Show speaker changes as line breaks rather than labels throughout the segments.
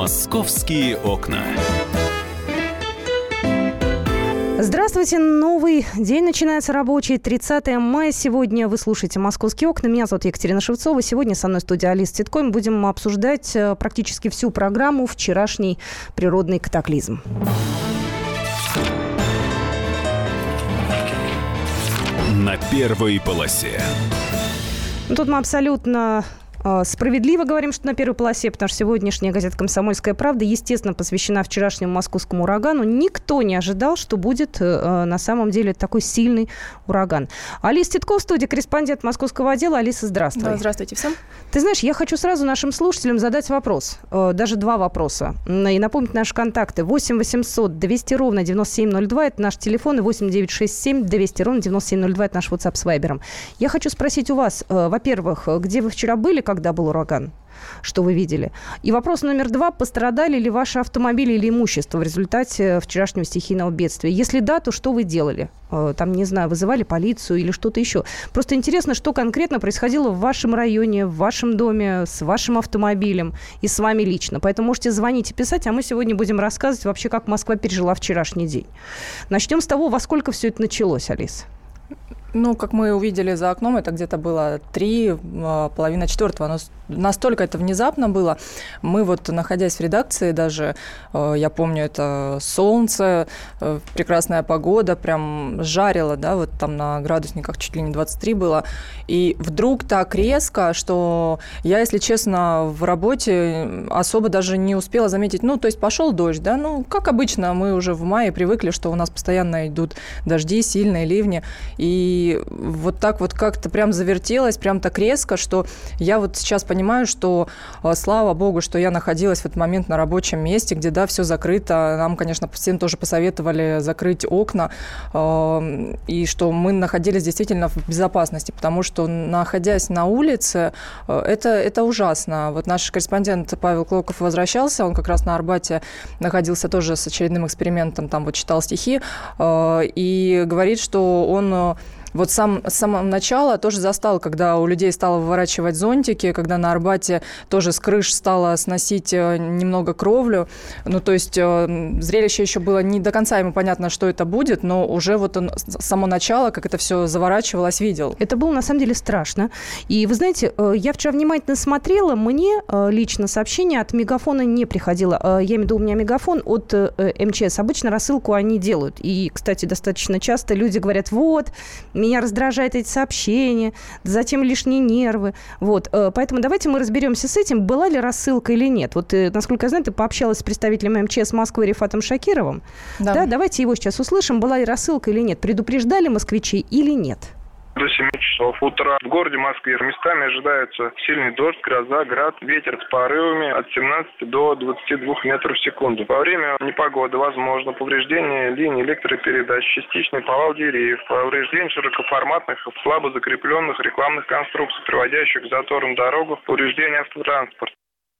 «Московские окна».
Здравствуйте, новый день начинается рабочий, 30 мая. Сегодня вы слушаете «Московские окна». Меня зовут Екатерина Шевцова. Сегодня со мной в студии Алиса Цветко. Мы будем обсуждать практически всю программу «Вчерашний природный катаклизм».
На первой полосе.
Тут мы абсолютно справедливо говорим, что на первой полосе, потому что сегодняшняя газета «Комсомольская правда», естественно, посвящена вчерашнему московскому урагану. Никто не ожидал, что будет на самом деле такой сильный ураган. Алиса Цветко в студии, корреспондент московского отдела. Алиса, здравствуй.
Да, здравствуйте всем.
Ты знаешь, я хочу сразу нашим слушателям задать вопрос, даже два вопроса, и напомнить наши контакты. 8 800 200 ровно 9702, это наш телефон, и 8 967 200 ровно 9702, это наш WhatsApp с Вайбером. Я хочу спросить у вас, во-первых, где вы вчера были, когда был ураган? Что вы видели? И вопрос номер два. Пострадали ли ваши автомобили или имущество в результате вчерашнего стихийного бедствия? Если да, то что вы делали? Там, не знаю, вызывали полицию или что-то еще? Просто интересно, что конкретно происходило в вашем районе, в вашем доме, с вашим автомобилем и с вами лично. Поэтому можете звонить и писать, а мы сегодня будем рассказывать вообще, как Москва пережила вчерашний день. Начнем с того, во сколько все это началось, Алис?
Ну, как мы увидели за окном, это где-то было 3, половина 4. Но настолько это внезапно было. Мы вот, находясь в редакции даже, я помню, это солнце, прекрасная погода, прям жарило, да, вот там на градусниках чуть ли не 23 было. И вдруг так резко, что я, если честно, в работе особо даже не успела заметить. Ну, то есть пошел дождь, да, ну, как обычно, мы уже в мае привыкли, что у нас постоянно идут дожди, сильные ливни. И вот так вот как-то прям завертелось, прям так резко, что я вот сейчас понимаю, что, слава богу, что я находилась в этот момент на рабочем месте, где, да, все закрыто. Нам, конечно, всем тоже посоветовали закрыть окна, и что мы находились действительно в безопасности, потому что, находясь на улице, это ужасно. Вот наш корреспондент Павел Клоков возвращался, он как раз на Арбате находился тоже с очередным экспериментом, там вот читал стихи, и говорит, что он... Вот с самого начала тоже застал, когда у людей стало выворачивать зонтики, когда на Арбате тоже с крыш стало сносить немного кровлю. Ну, то есть зрелище еще было не до конца ему понятно, что это будет, но уже вот он с самого начала, как это все заворачивалось, видел.
Это было на самом деле страшно. И вы знаете, я вчера внимательно смотрела, мне лично сообщение от Мегафона не приходило. Я имею в виду, у меня Мегафон от МЧС. Обычно рассылку они делают. И, кстати, достаточно часто люди говорят, вот... Меня раздражают эти сообщения, затем лишние нервы. Вот. Поэтому давайте мы разберемся с этим, была ли рассылка или нет. Вот, насколько я знаю, ты пообщалась с представителем МЧС Москвы Рифатом Шакировым. Да, давайте его сейчас услышим, была ли рассылка или нет. Предупреждали москвичей или нет?
До 7 часов утра в городе Москве местами ожидается сильный дождь, гроза, град, ветер с порывами от 17 до 22 метров в секунду. Во время непогоды возможно повреждение линий электропередач, частичный повал деревьев, повреждение широкоформатных, слабо закрепленных рекламных конструкций, приводящих к заторам дорог, повреждение автотранспорта.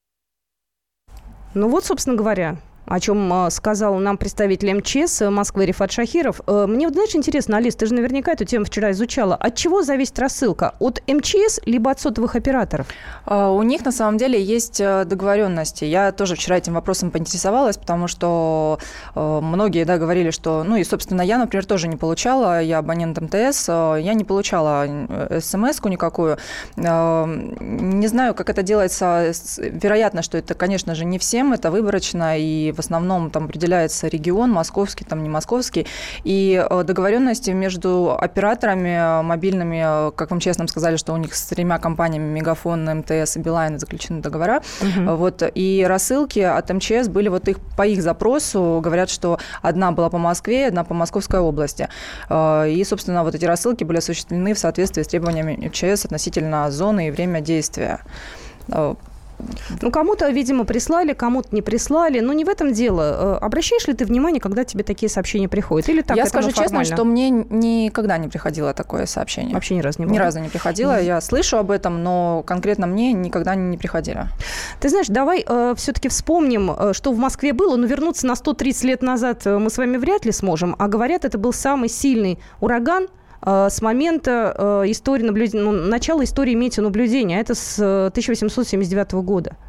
Ну вот, собственно говоря, о чем сказал нам представитель МЧС Москвы Рифат Шакиров. Мне вот, знаешь, интересно, Алис, ты же наверняка эту тему вчера изучала. От чего зависит рассылка? От МЧС либо от сотовых операторов?
У них, на самом деле, есть договоренности. Я тоже вчера этим вопросом поинтересовалась, потому что многие, да, говорили, что... Ну и, собственно, я, например, тоже не получала. Я абонент МТС. Я не получала смс-ку никакую. Не знаю, как это делается. Вероятно, что это, конечно же, не всем. Это выборочно. И в основном там определяется регион, московский, там не московский, и договоренности между операторами мобильными, как вам честно сказали, что у них с 3 компаниями Мегафон, МТС и Билайн заключены договора, вот, и рассылки от МЧС были вот их, по их запросу, говорят, что одна была по Москве, одна по Московской области, и, собственно, вот эти рассылки были осуществлены в соответствии с требованиями МЧС относительно зоны и время действия.
Ну, кому-то, видимо, прислали, кому-то не прислали. Но не в этом дело. Обращаешь ли ты внимание, когда тебе такие сообщения приходят? Или так?
Я скажу честно, что мне никогда не приходило такое сообщение.
Вообще ни разу не было?
Ни разу не приходило. Я слышу об этом, но конкретно мне никогда не приходило.
Ты знаешь, давай все-таки вспомним, что в Москве было. Но вернуться на 130 лет назад мы с вами вряд ли сможем. А говорят, это был самый сильный ураган с момента начала истории метеонаблюдения. Это с 1879 года.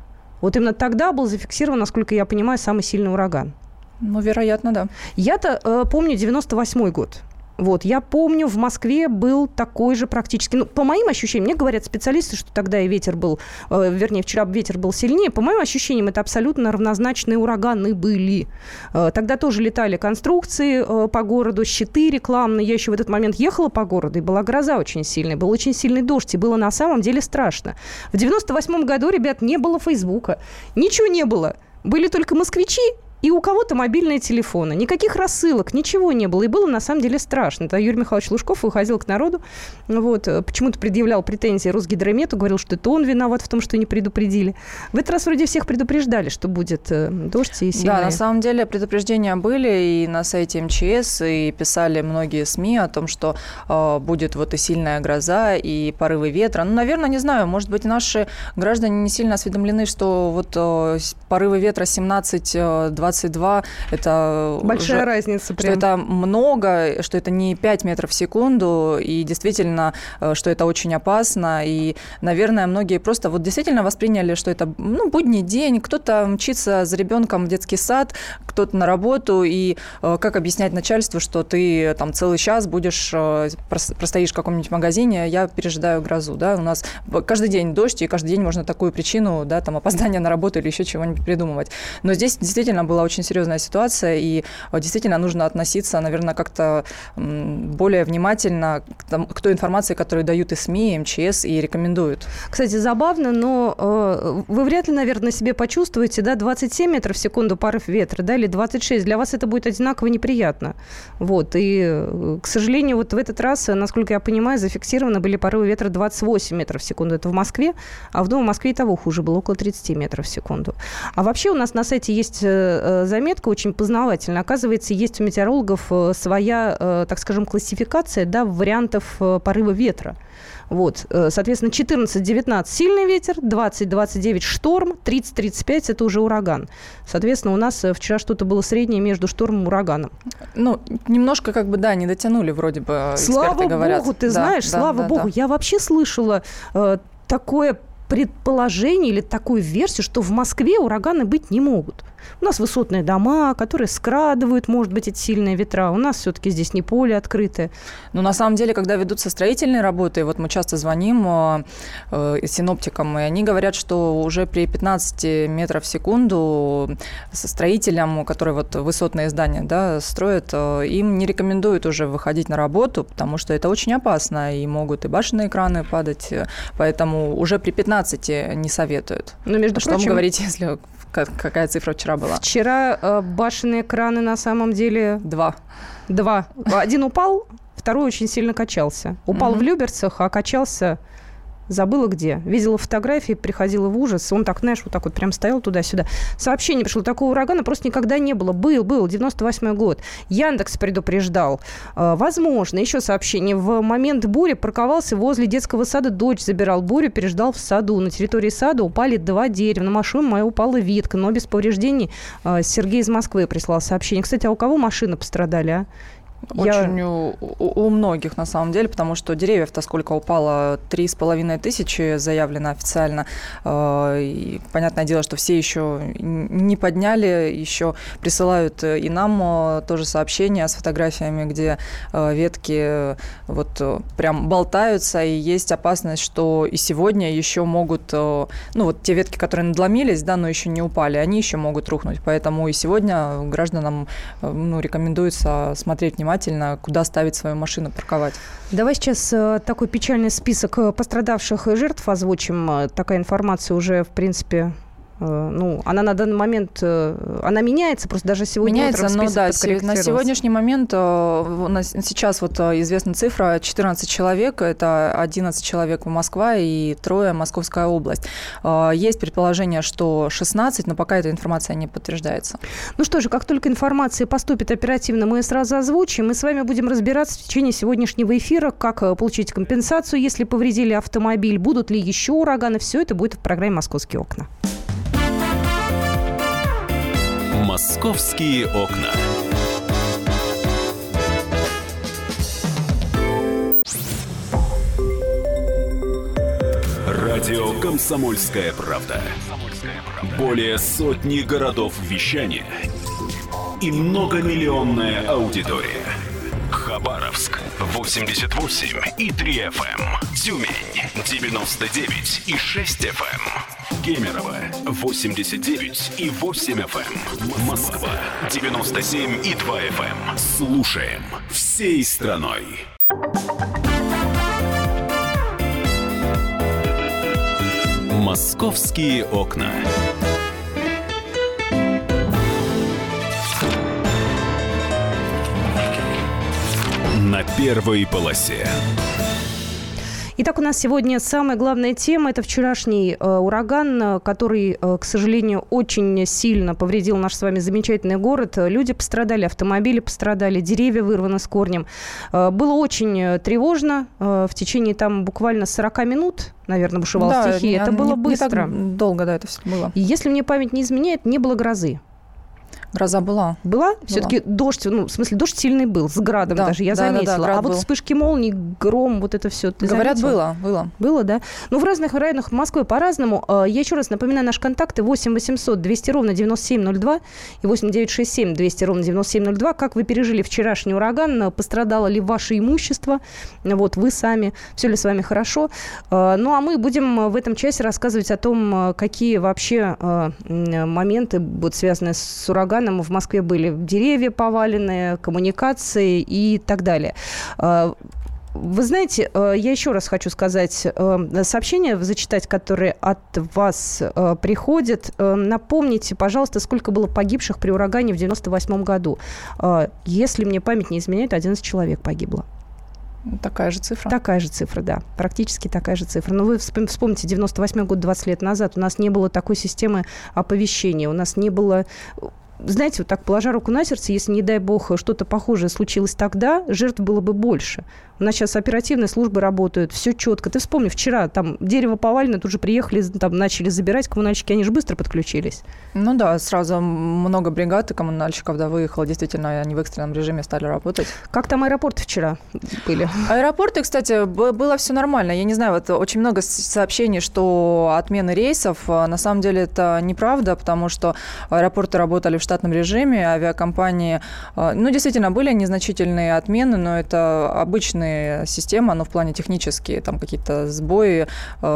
Вот именно тогда был зафиксирован, насколько я понимаю, самый сильный ураган.
Ну, вероятно, да.
Я-то помню 98-й год. Вот, я помню, в Москве был такой же практически... Ну, по моим ощущениям, мне говорят специалисты, что тогда и ветер был... вчера ветер был сильнее. По моим ощущениям, это абсолютно равнозначные ураганы были. Тогда тоже летали конструкции по городу, щиты рекламные. Я еще в этот момент ехала по городу, и была гроза очень сильная, был очень сильный дождь, и было на самом деле страшно. В 98-м году, ребят, не было Фейсбука, ничего не было. Были только москвичи, и у кого-то мобильные телефоны. Никаких рассылок, ничего не было. И было, на самом деле, страшно. Тогда Юрий Михайлович Лужков выходил к народу, вот, почему-то предъявлял претензии Росгидромету, говорил, что это он виноват в том, что не предупредили. В этот раз вроде всех предупреждали, что будет дождь и сильный.
Да, на самом деле предупреждения были и на сайте МЧС, и писали многие СМИ о том, что будет вот и сильная гроза, и порывы ветра. Ну, наверное, не знаю, может быть, наши граждане не сильно осведомлены, что вот порывы ветра 17-22 это
большая
уже,
разница.
Что это много, что это не 5 метров в секунду, и действительно, что это очень опасно. И, наверное, многие просто вот действительно восприняли, что это будний день, кто-то мчится за ребенком в детский сад, кто-то на работу, и как объяснять начальству, что ты там целый час будешь, простоишь в каком-нибудь магазине, я пережидаю грозу, да, у нас каждый день дождь, и каждый день можно такую причину, да, там опоздание на работу или еще чего-нибудь придумывать. Но здесь действительно была очень серьезная ситуация, и действительно нужно относиться, наверное, как-то более внимательно к той информации, которую дают и СМИ, и МЧС, и рекомендуют.
Кстати, забавно, но вы вряд ли, наверное, на себе почувствуете, да, 27 метров в секунду порыв ветра, да, или 26. Для вас это будет одинаково неприятно. Вот, и, к сожалению, вот в этот раз, насколько я понимаю, зафиксированы были порывы ветра 28 метров в секунду. Это в Москве, а в Москве и того хуже было, около 30 метров в секунду. А вообще у нас на сайте есть заметка очень познавательная. Оказывается, есть у метеорологов своя, так скажем, классификация, да, вариантов порыва ветра. Вот, соответственно, 14-19 сильный ветер, 20-29 шторм, 30-35 это уже ураган. Соответственно, у нас вчера что-то было среднее между штормом и ураганом.
Ну, немножко как бы, да, не дотянули вроде бы, эксперты говорят.
Слава богу, ты знаешь, слава богу. Я вообще слышала такое предположение или такую версию, что в Москве ураганы быть не могут. У нас высотные дома, которые скрадывают, может быть, эти сильные ветра. У нас все-таки здесь не поле открытое.
Ну, на самом деле, когда ведутся строительные работы, вот мы часто звоним синоптикам, и они говорят, что уже при 15 метров в секунду строителям, которые вот высотные здания, да, строят, им не рекомендуют уже выходить на работу, потому что это очень опасно, и могут и башенные краны падать, поэтому уже при 15 не советуют.
Но, между
что
прочим,
вам говорить, если... Какая цифра вчера была?
Вчера башенные краны на самом деле... Два. Один упал, второй очень сильно качался. Упал в Люберцах, а качался... Забыла где. Видела фотографии, приходила в ужас. Он так, знаешь, вот так вот прям стоял туда-сюда. Сообщение пришло. Такого урагана просто никогда не было. Был, 98-й год. Яндекс предупреждал. Возможно. Еще сообщение. В момент бури парковался возле детского сада. Дочь забирал бурю, переждал в саду. На территории сада упали 2 дерева. На машину мою упала ветка, но без повреждений. Сергей из Москвы прислал сообщение. Кстати, а у кого машины пострадали, а?
Очень у многих, на самом деле, потому что деревьев-то сколько упало? 3500 заявлено официально. И понятное дело, что все еще не подняли, еще присылают и нам тоже сообщения с фотографиями, где ветки вот прям болтаются, и есть опасность, что и сегодня еще могут, ну вот те ветки, которые надломились, да, но еще не упали, они еще могут рухнуть. Поэтому и сегодня гражданам рекомендуется смотреть внимательно, куда ставить свою машину, парковать.
Давай сейчас такой печальный список пострадавших и жертв озвучим. Такая информация уже, в принципе... Ну, она на данный момент, она меняется, просто даже сегодня
меняется, но да, на сегодняшний момент, сейчас вот известна цифра 14 человек, это 11 человек Москва и 3 Московская область. Есть предположение, что 16, но пока эта информация не подтверждается.
Ну что же, как только информация поступит оперативно, мы сразу озвучим, и с вами будем разбираться в течение сегодняшнего эфира, как получить компенсацию, если повредили автомобиль, будут ли еще ураганы, все это будет в программе «Московские окна».
«Московские окна». Радио «Комсомольская правда». Более сотни городов вещания и многомиллионная аудитория. Хабаровск 88,3 FM, Тюмень 99,6 FM, Кемерово 89,8 FM, Москва 97,2 FM. Слушаем всей страной. Московские окна. На первой полосе.
Итак, у нас сегодня самая главная тема – это вчерашний ураган, который, к сожалению, очень сильно повредил наш с вами замечательный город. Люди пострадали, автомобили пострадали, деревья вырваны с корнем. Было очень тревожно. В течение там буквально 40 минут, наверное, бушевала стихия. Это было быстро.
Не так долго, да, это все было.
И если мне память не изменяет, не было грозы.
Гроза была.
Была? Все-таки дождь, в смысле, дождь сильный был, с градом даже, я заметила. А вот вспышки молний, гром, вот это все, ты
говорят,
заметила?
было.
Было, да? Ну, в разных районах Москвы по-разному. Я еще раз напоминаю наши контакты: 8 800 200 ровно 9702 и 8 967 200 ровно 9702. Как вы пережили вчерашний ураган? Пострадало ли ваше имущество? Вот, вы сами. Все ли с вами хорошо? Ну, а мы будем в этом часе рассказывать о том, какие вообще моменты будут связаны с ураганом. В Москве были деревья поваленные, коммуникации и так далее. Вы знаете, я еще раз хочу сказать, сообщения зачитать, которые от вас приходят. Напомните, пожалуйста, сколько было погибших при урагане в 1998 году. Если мне память не изменяет, 11 человек погибло.
Такая же цифра? Такая же цифра,
да. Практически такая же цифра. Но вы вспомните, 98 год, 20 лет назад, у нас не было такой системы оповещения, у нас не было... Знаете, вот так, положа руку на сердце, если, не дай бог, что-то похожее случилось тогда, жертв было бы больше. У нас сейчас оперативные службы работают, все четко. Ты вспомни, вчера там дерево повалено, тут же приехали, там начали забирать коммунальщики, они же быстро подключились.
Ну да, сразу много бригад и коммунальщиков, да, выехало. Действительно, они в экстренном режиме стали работать.
Как там аэропорты вчера были?
Аэропорты, кстати, было все нормально. Я не знаю, вот очень много сообщений, что отмены рейсов. На самом деле это неправда, потому что аэропорты работали в штатном режиме, авиакомпании, ну, действительно, были незначительные отмены, но это обычная система, но в плане технические, там какие-то сбои,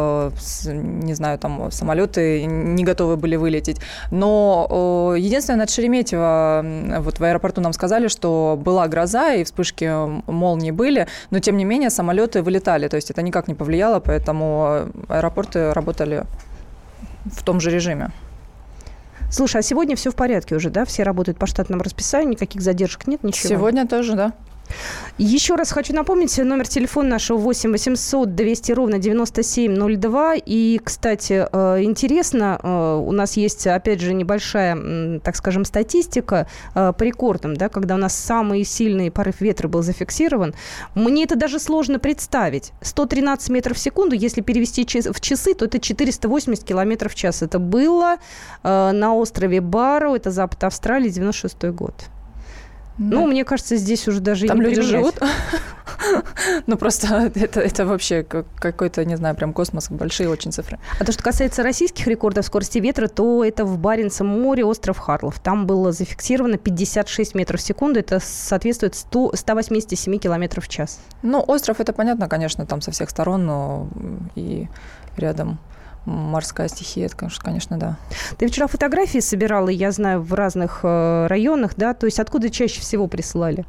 не знаю, там самолеты не готовы были вылететь. Но единственное, над Шереметьево, вот в аэропорту нам сказали, что была гроза и вспышки молний были, но тем не менее самолеты вылетали, то есть это никак не повлияло, поэтому аэропорты работали в том же режиме.
Слушай, а сегодня все в порядке уже, да? Все работают по штатному расписанию, никаких задержек нет, ничего?
Сегодня тоже, да.
Еще раз хочу напомнить, номер телефона нашего 8 800 200 ровно 9702. И, кстати, интересно, у нас есть, опять же, небольшая, так скажем, статистика по рекордам, да, когда у нас самый сильный порыв ветра был зафиксирован. Мне это даже сложно представить. 113 метров в секунду, если перевести в часы, то это 480 километров в час. Это было на острове Барроу, это запад Австралии, 96 год. Ну, мне кажется, здесь уже даже
там
и не
люди
применять.
живут. Ну, просто это вообще какой-то, не знаю, прям космос, большие очень цифры.
А то, что касается российских рекордов скорости ветра, то это в Баренцевом море, остров Харлов. Там было зафиксировано 56 метров в секунду. Это соответствует 187 километров в час.
Ну, остров, это понятно, конечно, там со всех сторон, но и рядом морская стихия, это, конечно, да.
Ты вчера фотографии собирала, я знаю, в разных районах, да? То есть откуда чаще всего присылали?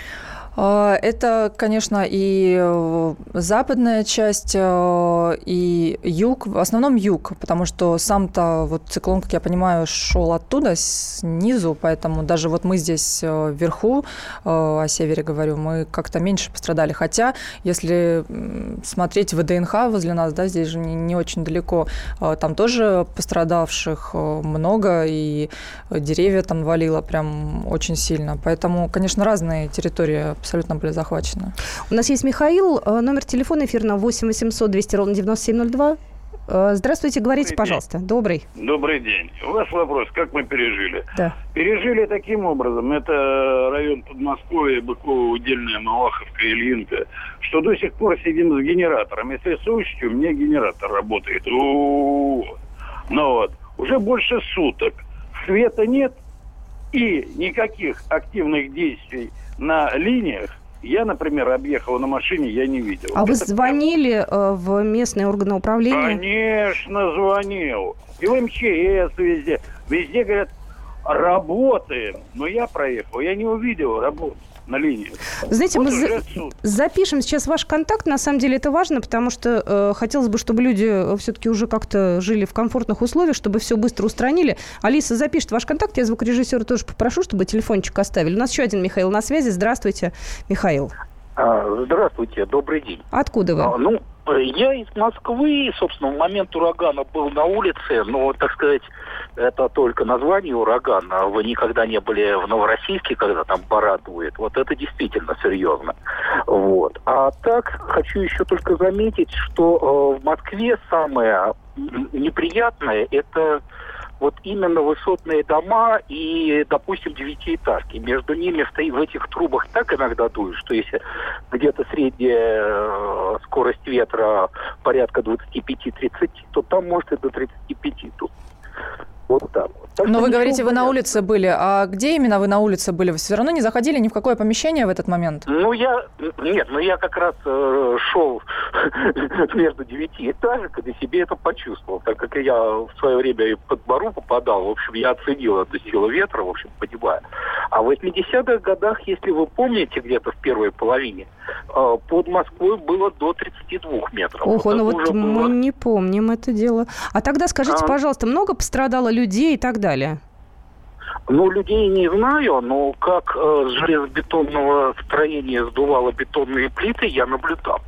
Это, конечно, и западная часть, и юг, в основном юг, потому что сам-то вот циклон, как я понимаю, шел оттуда, снизу, поэтому даже вот мы здесь вверху, о севере говорю, мы как-то меньше пострадали. Хотя, если смотреть ВДНХ возле нас, да, здесь же не очень далеко, там тоже пострадавших много, и деревья там валило прям очень сильно. Поэтому, конечно, разные территории абсолютно были захвачены.
У нас есть Михаил, номер телефона эфирного 8 800 200 ровно 9702. Здравствуйте, говорите, пожалуйста. Добрый.
Добрый день. У вас вопрос, как мы пережили?
Да.
Пережили таким образом, это район Подмосковья, Быково, Удельная, Малаховка, Ильинка, что до сих пор сидим с генератором. Если слушаете, у меня генератор работает. Ну вот. Уже больше суток. Света нет и никаких активных действий на линиях. Я, например, объехал на машине, я не видел.
А вы звонили в местные органы управления?
Конечно, звонил. И в МЧС везде. Везде говорят, работаем. Но я проехал, я не увидел работу на линии.
Знаете,
вот
мы запишем сейчас ваш контакт. На самом деле это важно, потому что хотелось бы, чтобы люди все-таки уже как-то жили в комфортных условиях, чтобы все быстро устранили. Алиса запишет ваш контакт. Я звукорежиссера тоже попрошу, чтобы телефончик оставили. У нас еще один Михаил на связи. Здравствуйте, Михаил.
Здравствуйте, добрый день.
Откуда вы?
Я из Москвы, собственно, в момент урагана был на улице, но, так сказать, это только название урагана. Вы никогда не были в Новороссийске, когда там пора дует. Вот это действительно серьезно. Вот. А так, хочу еще только заметить, что в Москве самое неприятное – это вот именно высотные дома и, допустим, девятиэтажки. Между ними в этих трубах так иногда дует, что если где-то средняя скорость ветра порядка 25-30, то там может и до 35 тут. Вот так вот.
Но вы говорите, вы на улице были. А где именно вы на улице были? Вы все равно не заходили ни в какое помещение в этот момент?
Я как раз шел между девятиэтажек и себе это почувствовал. Так как я в свое время и под бару попадал, в общем, я оценил эту силу ветра, в общем, понимаю. А в 80-х годах, если вы помните, где-то в первой половине, под Москвой было до 32 метров.
Ого, мы не помним это дело. А тогда скажите, пожалуйста, много пострадало людей и так далее?
Людей не знаю, но как с железобетонного строения сдувало бетонные плиты, я наблюдал.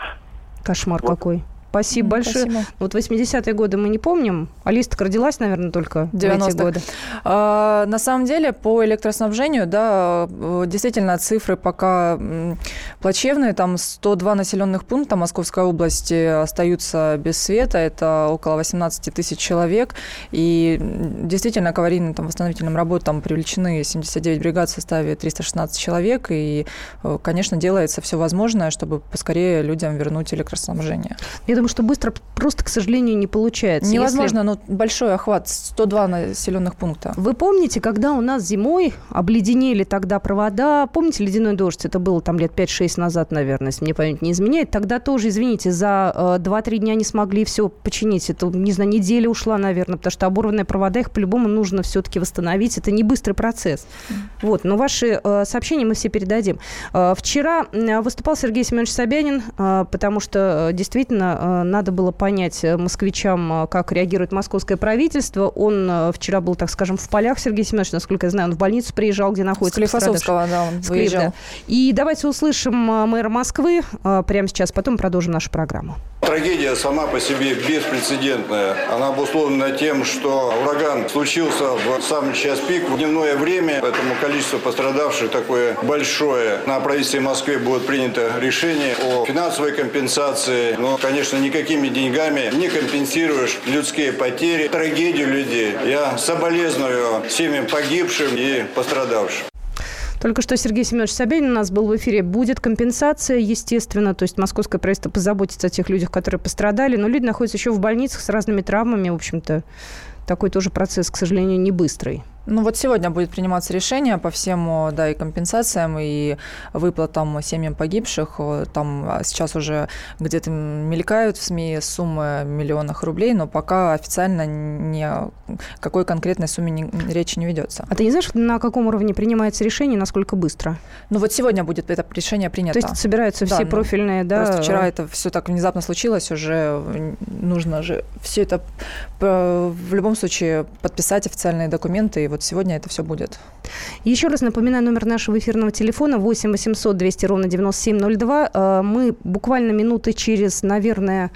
Кошмар какой. Спасибо большое. Спасибо. Вот 80-е годы мы не помним. Алиса родилась, наверное, только в 90-е годы.
На самом деле, по электроснабжению, да, действительно, цифры пока плачевные. Там 102 населенных пункта Московской области остаются без света. Это около 18 тысяч человек. И действительно, к аварийным восстановительным работам привлечены 79 бригад в составе 316 человек. И, конечно, делается все возможное, чтобы поскорее людям вернуть электроснабжение.
Я думаю, что быстро просто, к сожалению, не получается.
Невозможно, но большой охват, 102 населенных пункта.
Вы помните, когда у нас зимой обледенели тогда провода? Помните ледяной дождь? Это было там лет 5-6 назад, наверное, если мне память не изменяет. Тогда тоже, извините, за 2-3 дня не смогли все починить. Это, не знаю, неделя ушла, наверное, потому что оборванные провода, их по-любому нужно все-таки восстановить. Это не быстрый процесс. Вот, но ваши сообщения мы все передадим. Вчера выступал Сергей Семенович Собянин, потому что действительно надо было понять москвичам, как реагирует московское правительство. Он вчера был, так скажем, в полях, Сергей Семенович, насколько я знаю, он в больницу приезжал, где находится
Склифосовского, да, он выезжал.
Да. И давайте услышим мэра Москвы прямо сейчас, потом продолжим нашу программу.
Трагедия сама по себе беспрецедентная. Она обусловлена тем, что ураган случился в самый час пик, в дневное время. Поэтому количество пострадавших такое большое. На правительстве Москвы будет принято решение о финансовой компенсации. Но, конечно, никакими деньгами не компенсируешь людские потери, трагедию людей. Я соболезную семьям погибшим и пострадавшим.
Только что Сергей Семенович Собянин у нас был в эфире. Будет компенсация, естественно. То есть московское правительство позаботится о тех людях, которые пострадали. Но люди находятся еще в больницах с разными травмами. В общем-то, такой тоже процесс, к сожалению, не быстрый.
Вот сегодня будет приниматься решение по всем, да, и компенсациям, и выплатам семьям погибших. Там сейчас уже где-то мелькают в СМИ суммы миллионах рублей, но пока официально ни о какой конкретной сумме речи не ведется.
А ты не знаешь, на каком уровне принимается решение, насколько быстро?
Вот сегодня будет это решение принято.
То есть собираются все профильные, да?
Просто вчера это все так внезапно случилось, уже нужно же все это в любом случае подписать официальные документы, и вот сегодня это все будет.
Еще раз напоминаю номер нашего эфирного телефона 8 800 200 ровно 9702. Мы буквально минуты через, наверное,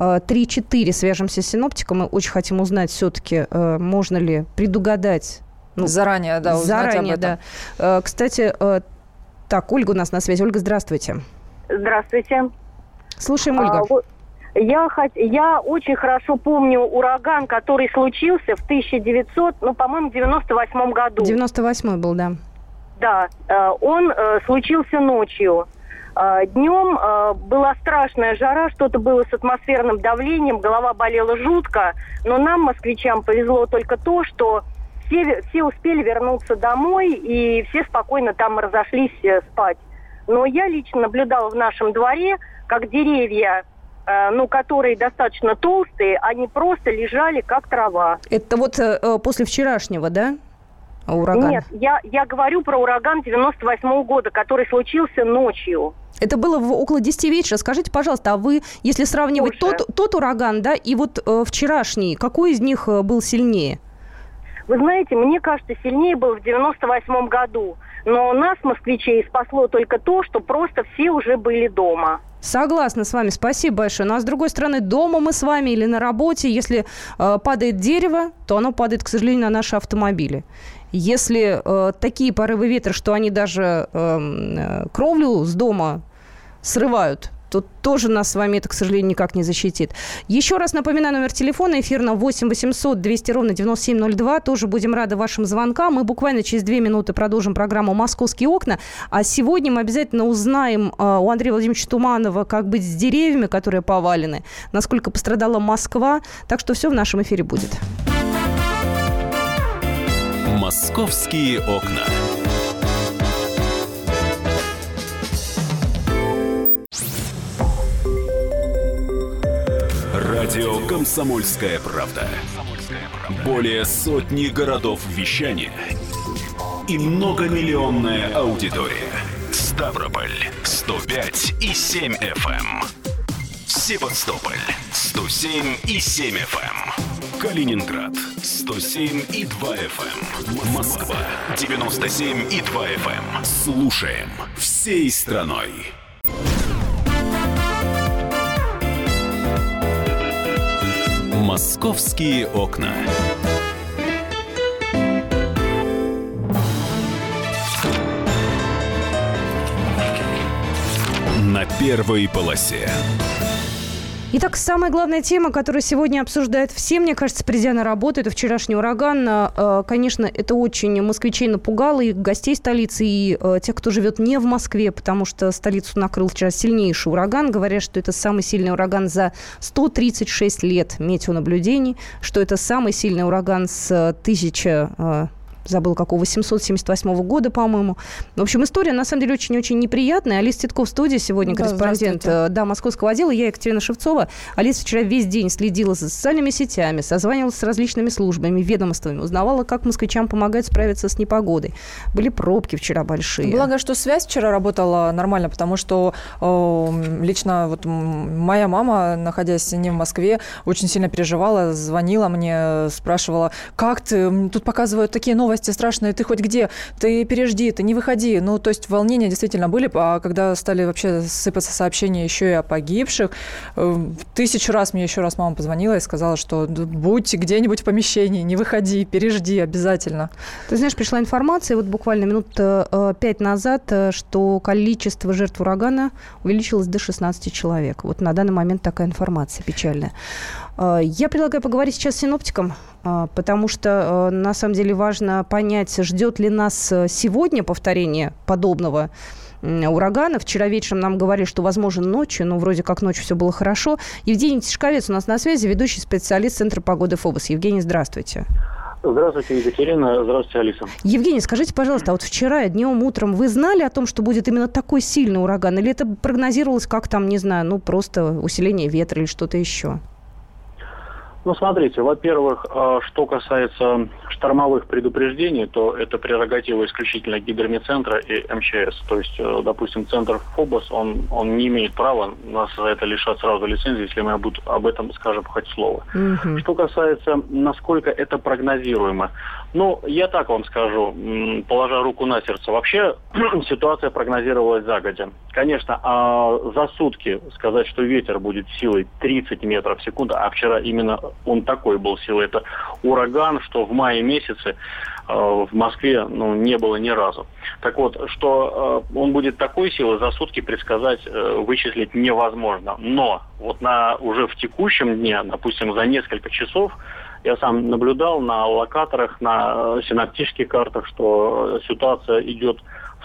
3-4 свяжемся с синоптиком. Мы очень хотим узнать все-таки, можно ли предугадать.
Заранее, да, узнать об этом.
Да. Кстати, так, Ольга у нас на связи. Ольга, здравствуйте.
Здравствуйте.
Слушаем, Ольга.
Я очень хорошо помню ураган, который случился в 1998 году.
98-й был, да.
Да, он случился ночью. Днем была страшная жара, что-то было с атмосферным давлением, голова болела жутко, но нам, москвичам, повезло только то, что все успели вернуться домой, и все спокойно там разошлись спать. Но я лично наблюдала в нашем дворе, как деревья, которые достаточно толстые, они просто лежали как трава.
Это вот после вчерашнего, да? Ураган?
Нет, я говорю про ураган 98-го года, который случился ночью.
Это было около 10 вечера. Скажите, пожалуйста, а вы, если сравнивать тот ураган, да, и вот вчерашний, какой из них был сильнее?
Вы знаете, мне кажется, сильнее был в 98-м году. Но нас, москвичей, спасло только то, что просто все уже были дома.
Согласна с вами, спасибо большое. Ну а с другой стороны, дома мы с вами или на работе, если падает дерево, то оно падает, к сожалению, на наши автомобили. Если такие порывы ветра, что они даже кровлю с дома срывают, то тоже нас с вами это, к сожалению, никак не защитит. Еще раз напоминаю, номер телефона эфирного 8 800 200 ровно 9702. Тоже будем рады вашим звонкам. Мы буквально через 2 минуты продолжим программу «Московские окна». А сегодня мы обязательно узнаем у Андрея Владимировича Туманова, как быть с деревьями, которые повалены, насколько пострадала Москва. Так что все в нашем эфире будет.
«Московские окна». Радио «Комсомольская правда». Более сотни городов вещания и многомиллионная аудитория. Ставрополь 105 и 7 FM. Севастополь 107 и 7 FM. Калининград 107 и 2 FM. Москва 97 и 2 FM. Слушаем всей страной. «Московские окна». На первой полосе.
Итак, самая главная тема, которую сегодня обсуждают все, мне кажется, придя на работу, это вчерашний ураган. Конечно, это очень москвичей напугало, и гостей столицы, и тех, кто живет не в Москве, потому что столицу накрыл вчера сильнейший ураган. Говорят, что это самый сильный ураган за 136 лет метеонаблюдений, что это самый сильный ураган с 878 года, по-моему. В общем, история, на самом деле, очень-очень неприятная. Алиса Титков в студии сегодня, корреспондент московского отдела. Я Екатерина Шевцова. Алиса вчера весь день следила за социальными сетями, созванивалась с различными службами, ведомствами, узнавала, как москвичам помогают справиться с непогодой. Были пробки вчера большие.
Благо, что связь вчера работала нормально, потому что лично вот моя мама, находясь не в Москве, очень сильно переживала, звонила мне, спрашивала, как ты, тут показывают такие новости страшные, ты хоть где, ты пережди, ты не выходи. Ну, то есть волнения действительно были, а когда стали вообще сыпаться сообщения еще и о погибших, 1000 раз мне еще раз мама позвонила и сказала, что будь где-нибудь в помещении, не выходи, пережди обязательно.
Ты знаешь, пришла информация вот буквально минут 5 назад, что количество жертв урагана увеличилось до 16 человек. Вот на данный момент такая информация печальная. Я предлагаю поговорить сейчас с синоптиком, потому что на самом деле важно понять, ждет ли нас сегодня повторение подобного урагана. Вчера вечером нам говорили, что возможно ночью, но вроде как ночью все было хорошо. Евгений Тишковец у нас на связи, ведущий специалист Центра погоды ФОБОС. Евгений, здравствуйте.
Здравствуйте, Екатерина. Здравствуйте, Алиса.
Евгений, скажите, пожалуйста, а вот вчера днем, утром вы знали о том, что будет именно такой сильный ураган? Или это прогнозировалось как там, не знаю, просто усиление ветра или что-то еще?
Ну, смотрите, во-первых, что касается штормовых предупреждений, то это прерогатива исключительно гидромедцентра и МЧС. То есть, допустим, центр ФОБОС, он не имеет права нас за это лишать сразу лицензии, если мы об этом скажем хоть слово. Угу. Что касается, насколько это прогнозируемо. Ну, я так вам скажу, положа руку на сердце. Вообще, ситуация прогнозировалась загодя. Конечно, за сутки сказать, что ветер будет силой 30 метров в секунду, а вчера именно он такой был силой. Это ураган, что в мае месяце в Москве не было ни разу. Так вот, что он будет такой силы, за сутки предсказать, вычислить невозможно. Но вот уже в текущем дне, допустим, за несколько часов, я сам наблюдал на локаторах, на синоптических картах, что ситуация идет в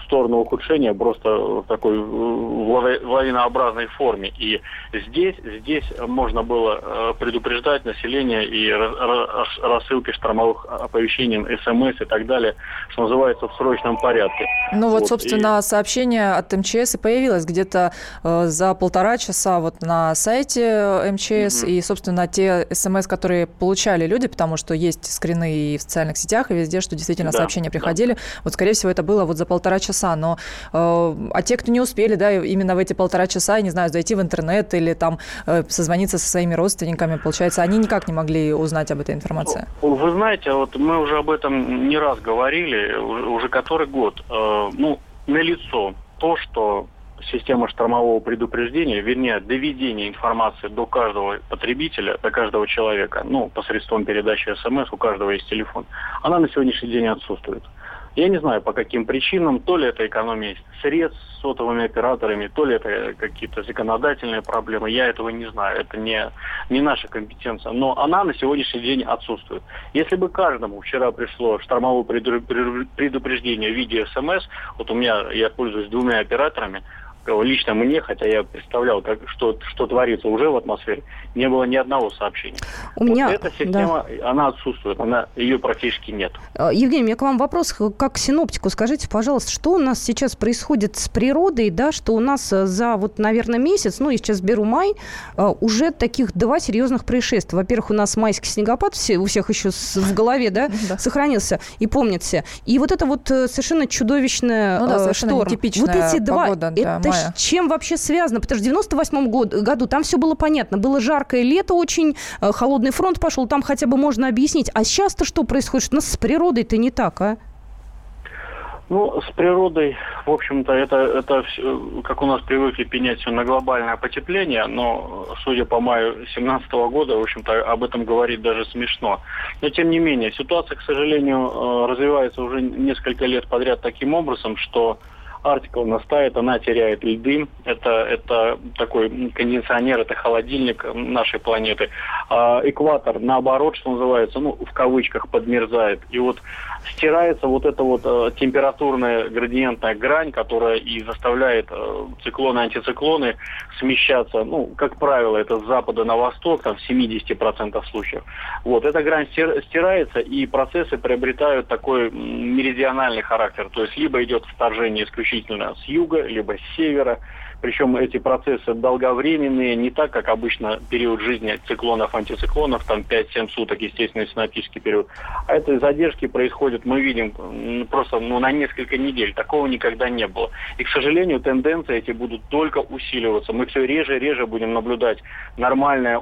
сторону ухудшения просто в такой лавинообразной форме. И здесь можно было предупреждать население и рассылки штормовых оповещений, СМС и так далее, что называется, в срочном порядке.
Ну вот, собственно, сообщение от МЧС и появилось где-то за 1,5 часа вот на сайте МЧС. И, собственно, те СМС, которые получали люди, потому что есть скрины и в социальных сетях, и везде, что действительно сообщения приходили. Вот, скорее всего, это было вот за 1,5 часа. Но а те, кто не успели, да, именно в эти 1,5 часа, не знаю, зайти в интернет или там созвониться со своими родственниками, получается, они никак не могли узнать об этой информации.
Вы знаете, вот мы уже об этом не раз говорили, уже который год. Налицо то, что система штормового предупреждения, вернее, доведения информации до каждого потребителя, до каждого человека, посредством передачи СМС, у каждого есть телефон, она на сегодняшний день отсутствует. Я не знаю, по каким причинам, то ли это экономия средств с сотовыми операторами, то ли это какие-то законодательные проблемы, я этого не знаю, это не наша компетенция, но она на сегодняшний день отсутствует. Если бы каждому вчера пришло штормовое предупреждение в виде СМС, вот у меня, я пользуюсь 2 операторами, лично мне, хотя я представлял, что творится уже в атмосфере, не было ни одного сообщения. Эта система, она отсутствует, ее практически нет.
Евгений, у меня к вам вопрос, как к синоптику. Скажите, пожалуйста, что у нас сейчас происходит с природой, да, что у нас за, наверное, месяц, я сейчас беру май, уже таких 2 серьезных происшествия. Во-первых, у нас майский снегопад, у всех еще в голове, да, сохранился и помнят все. И вот это вот совершенно чудовищное
совершенно
шторм.
нетипичная
вот эти 2,
погода,
это с чем вообще связано? Потому что в 98 году там все было понятно. Было жаркое лето очень, холодный фронт пошел, там хотя бы можно объяснить. А сейчас-то что происходит? Что у нас с природой-то не так, а?
С природой, в общем-то, это как у нас привыкли пенять все на глобальное потепление, но, судя по маю 2017 года, в общем-то, об этом говорить даже смешно. Но, тем не менее, ситуация, к сожалению, развивается уже несколько лет подряд таким образом, что Арктика у нас тает, она теряет льды. Это такой кондиционер, это холодильник нашей планеты. А экватор, наоборот, что называется, в кавычках, подмерзает. И вот стирается вот эта вот температурная градиентная грань, которая и заставляет циклоны, антициклоны смещаться, как правило, это с запада на восток, там в 70% случаев. Вот, эта грань стирается, и процессы приобретают такой меридиональный характер. То есть либо идет вторжение исключительно с юга, либо с севера. Причем эти процессы долговременные, не так, как обычно период жизни циклонов, антициклонов, там 5-7 суток, естественный синоптический период. А это задержки происходят, мы видим, просто на несколько недель. Такого никогда не было. И, к сожалению, тенденции эти будут только усиливаться. Мы все реже и реже будем наблюдать нормальную,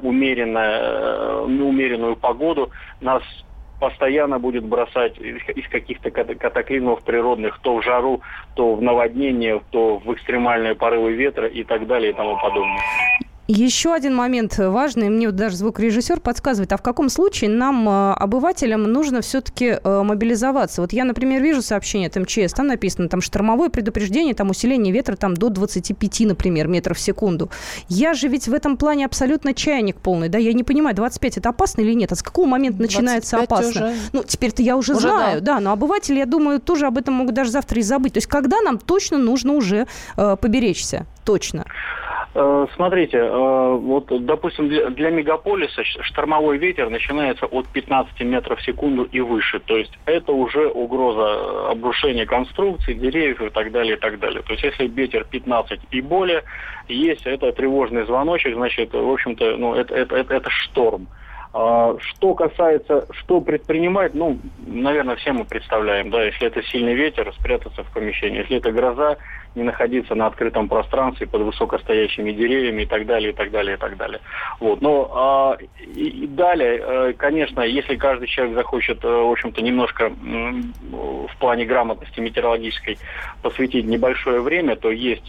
умеренную погоду. Нас постоянно будет бросать из каких-то катаклизмов природных, то в жару, то в наводнение, то в экстремальные порывы ветра и так далее и тому подобное.
Еще один момент важный, мне вот даже звукорежиссер подсказывает, а в каком случае нам, обывателям, нужно все-таки мобилизоваться? Вот я, например, вижу сообщение от МЧС, там написано, там штормовое предупреждение, там усиление ветра там до 25, например, метров в секунду. Я же ведь в этом плане абсолютно чайник полный, да, я не понимаю, 25 это опасно или нет? А с какого момента начинается опасно?
Уже...
теперь-то я уже знаю, да, но обыватели, я думаю, тоже об этом могут даже завтра и забыть. То есть когда нам точно нужно уже поберечься? Точно.
Смотрите, вот, допустим, для мегаполиса штормовой ветер начинается от 15 метров в секунду и выше. То есть это уже угроза обрушения конструкций, деревьев и так далее, и так далее. То есть если ветер 15 и более, есть это тревожный звоночек, значит, в общем-то, это шторм. Что касается, что предпринимать, наверное, все мы представляем, да, если это сильный ветер, спрятаться в помещении, если это гроза, не находиться на открытом пространстве под высокостоящими деревьями и так далее, и так далее, и так далее. Вот. Но и далее, конечно, если каждый человек захочет, в общем-то, немножко в плане грамотности метеорологической посвятить небольшое время, то есть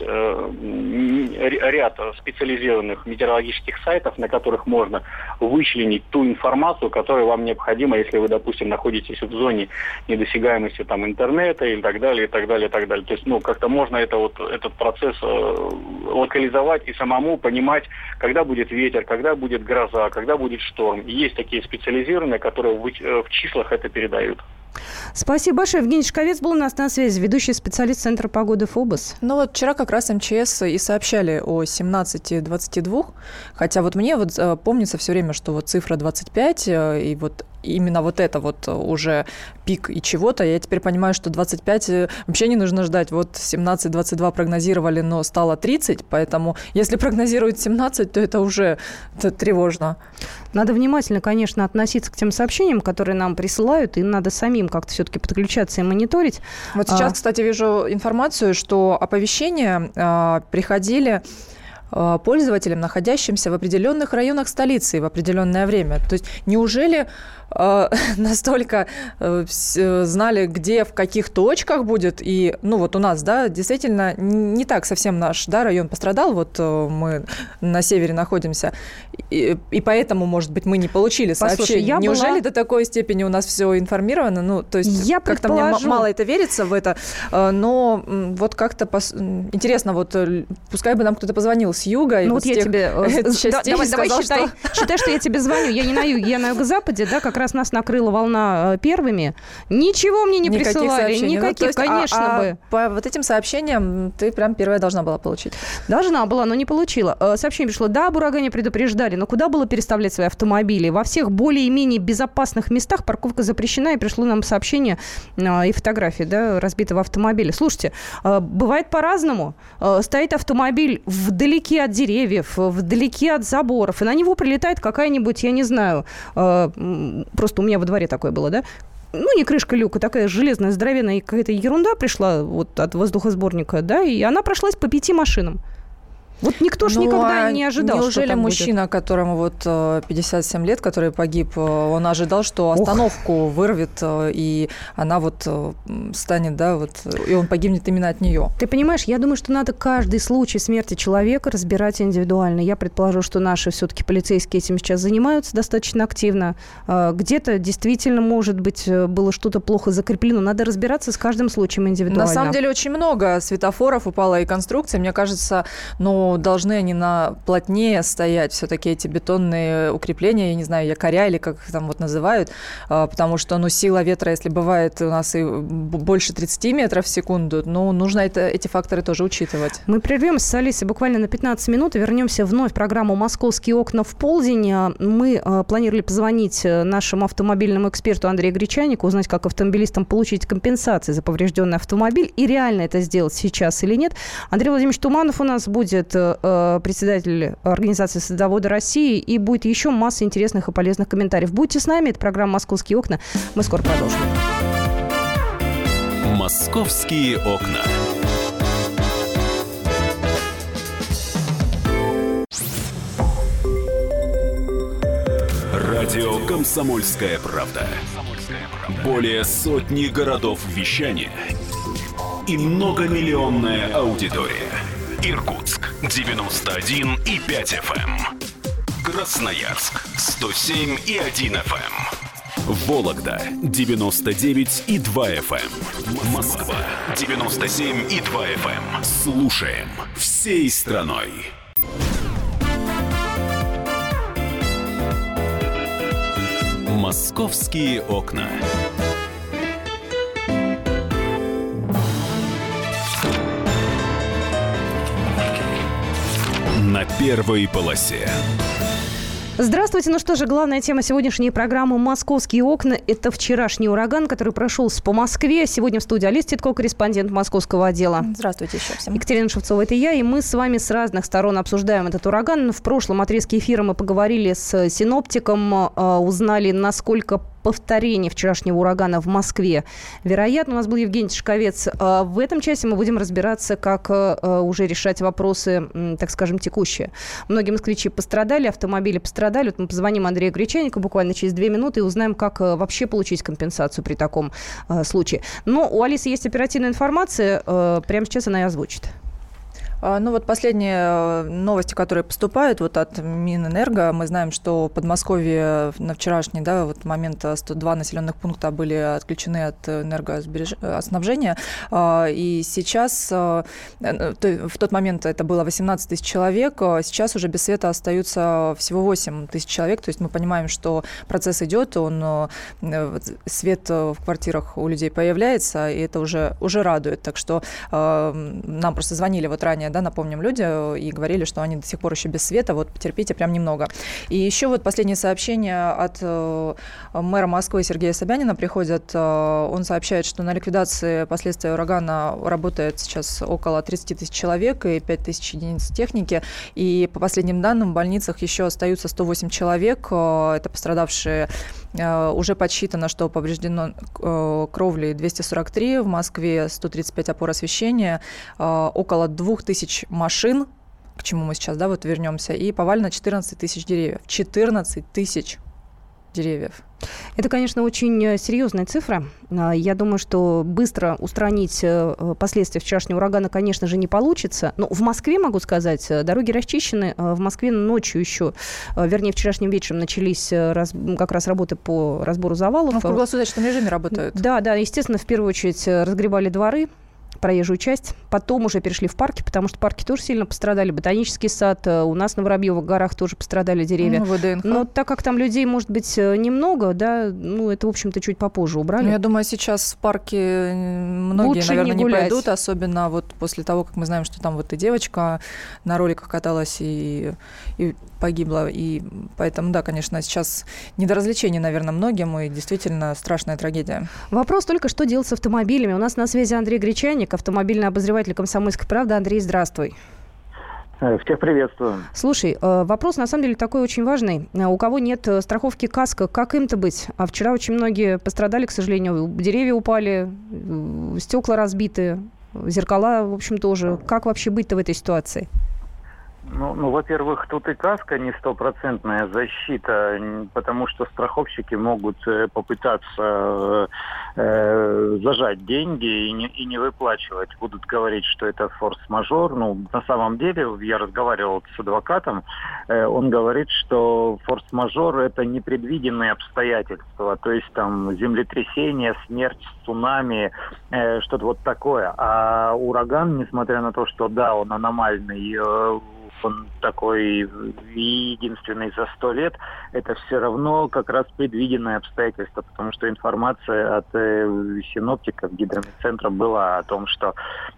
ряд специализированных метеорологических сайтов, на которых можно вычленить ту информацию, которая вам необходима, если вы, допустим, находитесь в зоне недосягаемости там интернета и так далее, и так далее, и так далее. То есть, как-то можно этот процесс локализовать и самому понимать, когда будет ветер, когда будет гроза, когда будет шторм. И есть такие специализированные, которые в числах это передают.
Спасибо большое. Евгений Шишковец был у нас на связи, ведущий специалист Центра погоды ФОБОС.
Ну вот вчера как раз МЧС и сообщали о 17-22, хотя вот мне вот помнится все время, что вот цифра 25, и вот именно вот это вот уже пик и чего-то. Я теперь понимаю, что 25 вообще не нужно ждать. Вот 17-22 прогнозировали, но стало 30, поэтому если прогнозируют 17, то это уже тревожно.
Надо внимательно, конечно, относиться к тем сообщениям, которые нам присылают, и надо самим как-то все-таки подключаться и мониторить.
Вот сейчас, кстати, вижу информацию, что оповещения приходили пользователям, находящимся в определенных районах столицы в определенное время. То есть неужели настолько знали, где, в каких точках будет? И, ну, вот у нас, да, действительно, не так совсем наш, да, район пострадал. Вот мы на севере находимся. И поэтому, может быть, мы не получили сообщения. Неужели до такой степени у нас все информировано? Ну, то есть как-то мне мало это верится в это. Но вот как-то интересно, вот пускай бы нам кто-то позвонил с юга.
Ну, вот я тебе... Давай считай, что я тебе звоню. Я не на юге, я на юго-западе, да, как раз нас накрыла волна первыми. Ничего мне не присылали. Никаких, конечно бы.
По вот этим сообщениям ты прям первая должна была получить.
Должна была, но не получила. Сообщение пришло: да, об урагане предупреждали, но куда было переставлять свои автомобили? Во всех более-менее безопасных местах парковка запрещена, и пришло нам сообщение и фотографии, да, разбитого автомобиля. Слушайте, бывает по-разному. Стоит автомобиль вдалеке от деревьев, вдалеке от заборов, и на него прилетает какая-нибудь, я не знаю, просто у меня во дворе такое было, да? Ну, не крышка люка, такая железная, здоровенная какая-то ерунда пришла вот от воздухосборника, да, и она прошлась по 5 машинам. Вот никто же никогда не ожидал,
неужели
что так
мужчина,
будет?
Которому вот 57 лет, который погиб, он ожидал, что остановку вырвет, и она вот станет, да, вот, и он погибнет именно от нее?
Ты понимаешь, я думаю, что надо каждый случай смерти человека разбирать индивидуально. Я предположу, что наши все-таки полицейские этим сейчас занимаются достаточно активно. Где-то действительно, может быть, было что-то плохо закреплено. Надо разбираться с каждым случаем индивидуально.
На самом деле очень много светофоров упало и конструкций. Мне кажется, должны они плотнее стоять, все-таки эти бетонные укрепления, я не знаю, якоря или как их там вот называют, потому что, сила ветра, если бывает у нас и больше 30 метров в секунду, нужно эти факторы тоже учитывать.
Мы прервемся с Алисой буквально на 15 минут и вернемся вновь в программу «Московские окна» в полдень. Мы планировали позвонить нашему автомобильному эксперту Андрею Гречанику, узнать, как автомобилистам получить компенсации за поврежденный автомобиль, и реально это сделать сейчас или нет. Андрей Владимирович Туманов у нас будет, председатель организации «Садоводы России», и будет еще масса интересных и полезных комментариев. Будьте с нами, это программа «Московские окна». Мы скоро продолжим.
«Московские окна». Радио «Комсомольская правда». Более сотни городов вещания и многомиллионная аудитория. Иркутск 91,5 FM. Красноярск 107,1 FM. Вологда 99,2 FM. Москва 97,2 FM. Слушаем всей страной. «Московские окна». На первой полосе.
Здравствуйте. Ну что же, главная тема сегодняшней программы «Московские окна» – это вчерашний ураган, который прошелся по Москве. Сегодня в студии Алиса Титко, корреспондент московского отдела.
Здравствуйте еще всем.
Екатерина Шевцова, это я, и мы с вами с разных сторон обсуждаем этот ураган. В прошлом отрезке эфира мы поговорили с синоптиком, узнали, насколько повторение вчерашнего урагана в Москве вероятно. У нас был Евгений Шишковец. В этом часе мы будем разбираться, как уже решать вопросы, так скажем, текущие. Многие москвичи пострадали, автомобили пострадали. Вот мы позвоним Андрею Гречанику буквально через 2 минуты и узнаем, как вообще получить компенсацию при таком случае. Но у Алисы есть оперативная информация. Прямо сейчас она ее озвучит.
Ну вот последние новости, которые поступают вот от Минэнерго, мы знаем, что в Подмосковье на вчерашний момент 102 населенных пункта были отключены от энергоснабжения, и сейчас, в тот момент это было 18 тысяч человек, сейчас уже без света остаются всего 8 тысяч человек, то есть мы понимаем, что процесс идет, свет в квартирах у людей появляется, и это уже радует, так что нам просто звонили вот ранее, напомним, люди, и говорили, что они до сих пор еще без света, вот потерпите прям немного. И еще вот последние сообщения от мэра Москвы Сергея Собянина приходят. Он сообщает, что на ликвидации последствий урагана работает сейчас около 30 тысяч человек и 5 тысяч единиц техники. И по последним данным в больницах еще остаются 108 человек. Это пострадавшие. Уже подсчитано, что повреждено кровли 243, в Москве 135 опор освещения, около 2000 машин, к чему мы сейчас вернемся, и повалено 14 тысяч деревьев. 14 тысяч деревьев.
Это, конечно, очень серьезная цифра. Я думаю, что быстро устранить последствия вчерашнего урагана, конечно же, не получится. Но в Москве, могу сказать, дороги расчищены. В Москве ночью еще, вчерашним вечером начались как раз работы по разбору завалов.
В круглосуточном режиме работают.
Да, естественно, в первую очередь разгребали дворы, проезжую часть, потом уже перешли в парки, потому что парки тоже сильно пострадали, ботанический сад, у нас на Воробьевых горах тоже пострадали деревья.
ВДНХ.
Но так как там людей, может быть, немного, это, в общем-то, чуть попозже убрали.
Я думаю, сейчас в парке многие,
лучше
наверное, не пойдут, особенно вот после того, как мы знаем, что там вот и девочка на роликах каталась и погибла, и поэтому, да, конечно, сейчас не до развлечений, наверное, многим, и действительно страшная трагедия.
Вопрос только, что делать с автомобилями. У нас на связи Андрей Гречаник, автомобильный обозреватель «Комсомольской правды». Андрей, здравствуй.
Всех приветствую.
Слушай, вопрос на самом деле такой очень важный. У кого нет страховки КАСКО, как им-то быть? А вчера очень многие пострадали, к сожалению. Деревья упали, стекла разбиты, зеркала, в общем, тоже. Как вообще быть-то в этой ситуации?
Ну, во-первых, тут и КАСКО не стопроцентная защита, потому что страховщики могут попытаться зажать деньги и не выплачивать. Будут говорить, что это форс-мажор. На самом деле, я разговаривал с адвокатом, он говорит, что форс-мажор – это непредвиденные обстоятельства, то есть там землетрясение, смерть, цунами, что-то вот такое. А ураган, несмотря на то, что да, он аномальный, он такой единственный за 100 лет, это все равно как раз предвиденное обстоятельство, потому что информация от синоптиков, гидрометцентра была о том, что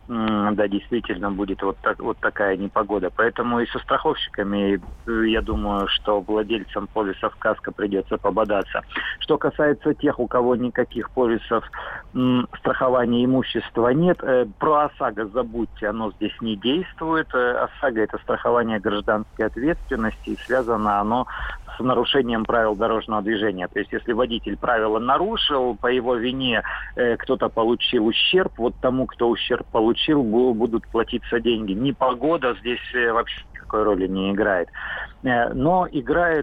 да, действительно будет вот такая непогода. Поэтому и со страховщиками, я думаю, что владельцам полисов КАСКО придется пободаться. Что касается тех, у кого никаких полисов страхования имущества нет, про ОСАГО забудьте, оно здесь не действует. ОСАГО – это страхование гражданской ответственности, и связано оно с нарушением правил дорожного движения. То есть, если водитель правила нарушил, по его вине кто-то получил ущерб, вот тому, кто ущерб получил, будут платиться деньги. Непогода здесь вообще никакой роли не играет. Но играет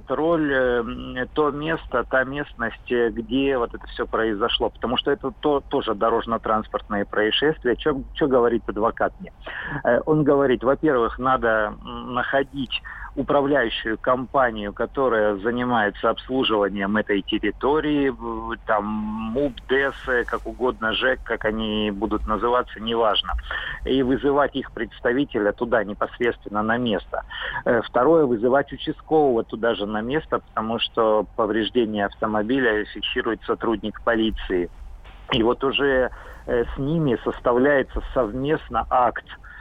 роль то место, та местность, где вот это все произошло. Потому что это тоже дорожно-транспортные происшествия. Что говорит адвокат мне? Он говорит, во-первых, надо находить управляющую компанию, которая занимается обслуживанием этой территории, там МУП, ДЭС, как угодно, ЖЭК, как они будут называться, неважно, и вызывать их представителя туда непосредственно на место. Второе, вызывать участкового туда же на место, потому что повреждение автомобиля фиксирует сотрудник полиции. И вот уже с ними составляется совместно акт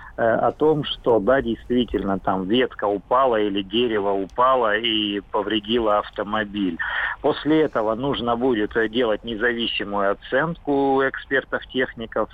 о том, что, да, действительно, там ветка упала или дерево упало и повредило автомобиль. После этого нужно будет делать независимую оценку экспертов-техников,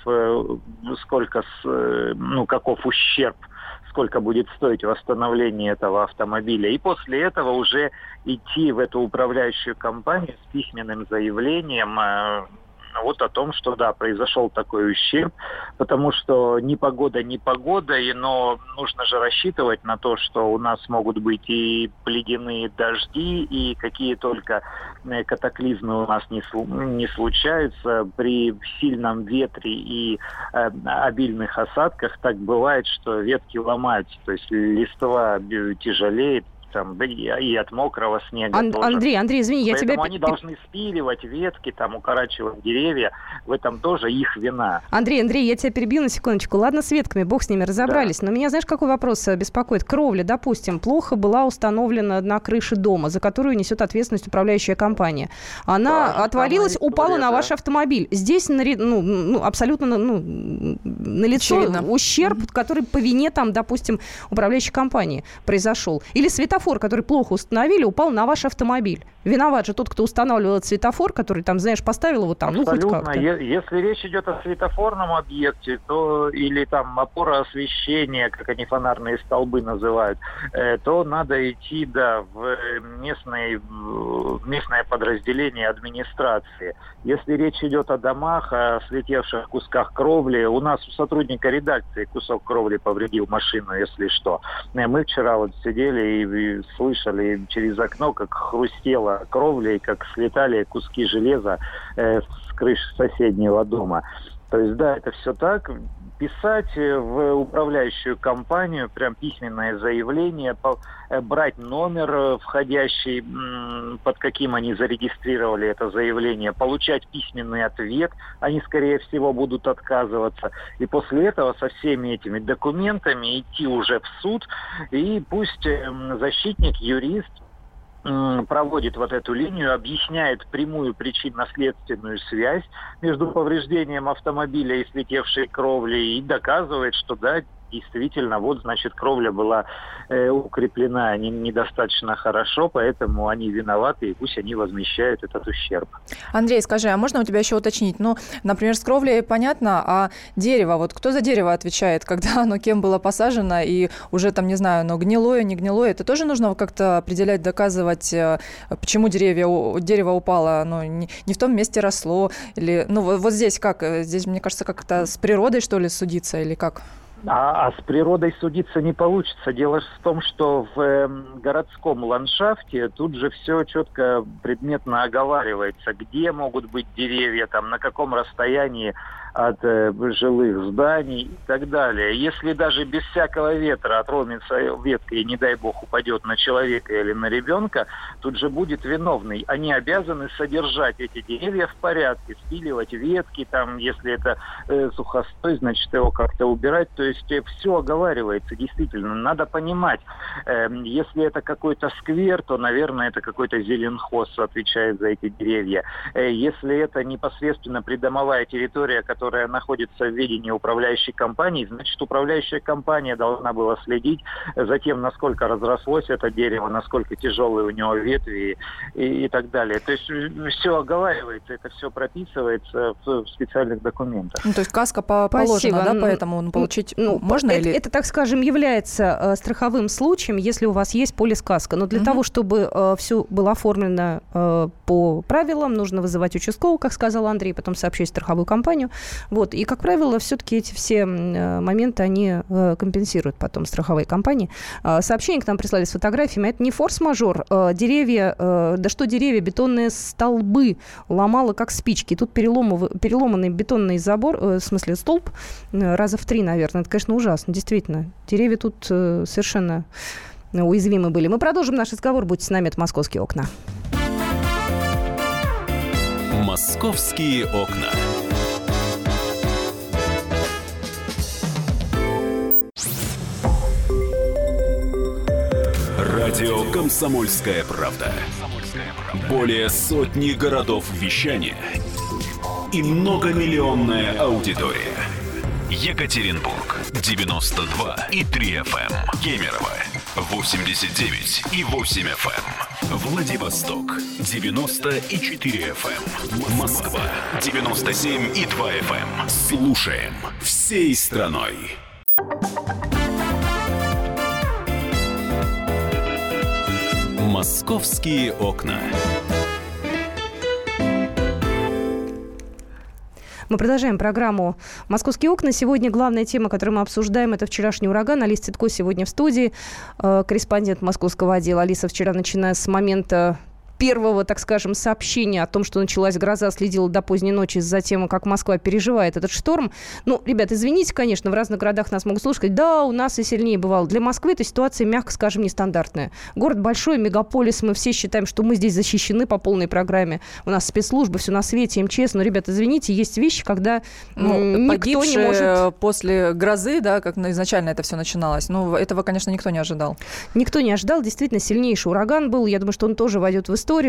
каков ущерб, сколько будет стоить восстановление этого автомобиля. И после этого уже идти в эту управляющую компанию с письменным заявлением вот о том, что да, произошел такой ущерб, потому что непогода, но нужно же рассчитывать на то, что у нас могут быть и ледяные дожди, и какие только катаклизмы у нас не случаются. При сильном ветре и обильных осадках так бывает, что ветки ломаются, то есть листва тяжелеет, там, да и от мокрого снега тоже.
Андрей, извини, я тебя...
Поэтому они должны спиливать ветки, там, укорачивать деревья. В этом тоже их вина.
Андрей, я тебя перебью на секундочку. Ладно, с ветками, бог с ними, разобрались. Да. Но меня, знаешь, какой вопрос беспокоит? Кровля, допустим, плохо была установлена на крыше дома, за которую несет ответственность управляющая компания. Она отвалилась, упала на ваш автомобиль. Здесь абсолютно налицо ущерб, который по вине, там, допустим, управляющей компании произошел. Или светофор, который плохо установили, упал на ваш автомобиль. Виноват же тот, кто устанавливал этот светофор, который там, знаешь, поставил его там,
абсолютно.
Хоть как-то.
Если речь идет о светофорном объекте, то или там опора освещения, как они фонарные столбы называют, то надо идти, в местное подразделение администрации. Если речь идет о домах, о слетевших кусках кровли, у нас у сотрудника редакции кусок кровли повредил машину, если что. Мы вчера вот сидели и слышали через окно, как хрустело кровля и как слетали куски железа с крыши соседнего дома. То есть, да, это все так. Писать в управляющую компанию прям письменное заявление, брать номер входящий, под каким они зарегистрировали это заявление, получать письменный ответ, они, скорее всего, будут отказываться. И после этого со всеми этими документами идти уже в суд, и пусть защитник, юрист проводит вот эту линию, объясняет прямую причинно-следственную связь между повреждением автомобиля и слетевшей кровлей и доказывает, что да, действительно, вот, значит, кровля была укреплена недостаточно хорошо, поэтому они виноваты, и пусть они возмещают этот ущерб.
Андрей, скажи, а можно у тебя еще уточнить? Например, с кровлей понятно, а дерево, вот кто за дерево отвечает, когда оно кем было посажено, и уже там, не знаю, оно гнилое, не гнилое, это тоже нужно как-то определять, доказывать, почему дерево упало, оно не в том месте росло, или, вот здесь как? Здесь, мне кажется, как-то с природой, что ли, судиться, или как?
А с природой судиться не получится. Дело в том, что в городском ландшафте тут же все четко предметно оговаривается, где могут быть деревья, там, на каком расстоянии от жилых зданий и так далее. Если даже без всякого ветра отломится ветка и, не дай бог, упадет на человека или на ребенка, тут же будет виновный. Они обязаны содержать эти деревья в порядке, спиливать ветки, там, если это сухостой, значит, его как-то убирать. То есть все оговаривается, действительно. Надо понимать, если это какой-то сквер, то, наверное, это какой-то зеленхоз отвечает за эти деревья. Если это непосредственно придомовая территория, которая находится в ведении управляющей компании, значит, управляющая компания должна была следить за тем, насколько разрослось это дерево, насколько тяжелые у него ветви и так далее. То есть все оговаривается, это все прописывается в специальных документах.
То есть каска положена, да, поэтому получить можно?
Это, так скажем, является страховым случаем, если у вас есть полис-каска. Но для того, чтобы все было оформлено по правилам, нужно вызывать участкового, как сказал Андрей, потом сообщить в страховую компанию. Вот. И, как правило, все-таки эти все моменты, они компенсируют потом страховые компании. Сообщение к нам прислали с фотографиями. Это не форс-мажор. Деревья, бетонные столбы ломало, как спички. Тут переломанный бетонный забор, в смысле столб, раза в 3, наверное. Это, конечно, ужасно, действительно. Деревья тут совершенно уязвимы были. Мы продолжим наш разговор. Будьте с нами. Это «Московские окна».
«Московские окна». Радио «Комсомольская правда». Более сотни городов вещания и многомиллионная аудитория. Екатеринбург 92,3 FM, Кемерово 89,8 FM, Владивосток 90,4 FM, Москва 97,2 FM. Слушаем всей страной. «Московские окна».
Мы продолжаем программу «Московские окна». Сегодня главная тема, которую мы обсуждаем, это вчерашний ураган. Алиса Цитко сегодня в студии, корреспондент московского отдела. Алиса вчера, начиная с момента первого, так скажем, сообщения о том, что началась гроза, следила до поздней ночи за тем, как Москва переживает этот шторм. Ну, ребят, извините, конечно, в разных городах нас могут слушать. Да, у нас и сильнее бывало. Для Москвы эта ситуация, мягко скажем, нестандартная. Город большой, мегаполис, мы все считаем, что мы здесь защищены по полной программе. У нас спецслужбы, все на свете, МЧС. Но, ребят, извините, есть вещи, когда никто не может...
после грозы, да, как изначально это все начиналось, ну, этого, конечно, никто не ожидал.
Никто не ожидал. Действительно, сильнейший ураган был. Я думаю, что он тоже войдет в историю.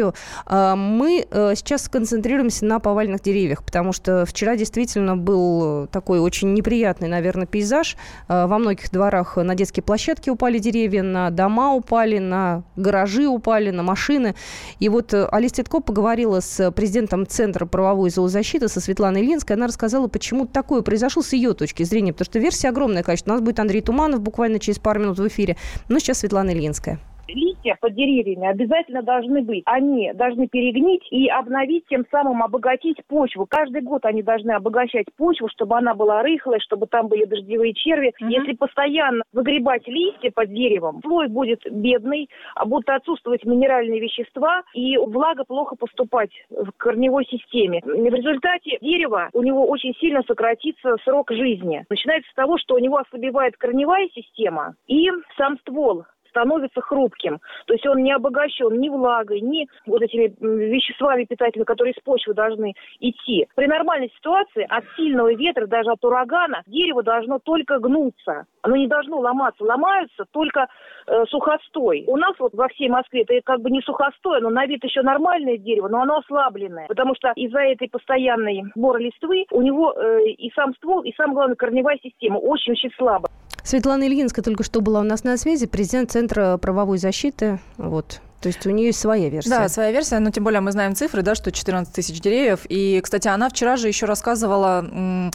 Мы сейчас сконцентрируемся на поваленных деревьях, потому что вчера действительно был такой очень неприятный, наверное, пейзаж. Во многих дворах на детские площадки упали деревья, на дома упали, на гаражи упали, на машины. И вот Алиса Цитко поговорила с президентом Центра правовой зоозащиты, со Светланой Ильинской. Она рассказала, почему такое произошло с ее точки зрения, потому что версия огромная, конечно. У нас будет Андрей Туманов буквально через пару минут в эфире. Но сейчас Светлана Ильинская.
Листья под деревьями обязательно должны быть. Они должны перегнить и обновить, тем самым обогатить почву. Каждый год они должны обогащать почву, чтобы она была рыхлой, чтобы там были дождевые черви. Если постоянно выгребать листья под деревом, слой будет бедный, будут отсутствовать минеральные вещества, и влага плохо поступать в корневой системе. В результате дерева у него очень сильно сократится срок жизни. Начинается с того, что у него ослабевает корневая система и сам ствол становится хрупким. То есть он не обогащен ни влагой, ни вот этими веществами питательными, которые из почвы должны идти. При нормальной ситуации от сильного ветра, даже от урагана, дерево должно только гнуться. Оно не должно ломаться. Ломаются только сухостой. У нас вот во всей Москве это как бы не сухостой, но на вид еще нормальное дерево, но оно ослабленное. Потому что из-за этой постоянной сбора листвы у него и сам ствол, и самое главное, корневая система очень-очень слабая.
Светлана Ильинская только что была у нас на связи, президент Центра правовой защиты. Вот. То есть у нее есть своя версия.
Да, своя версия, но тем более мы знаем цифры, да, что 14 тысяч деревьев. И, кстати, она вчера же еще рассказывала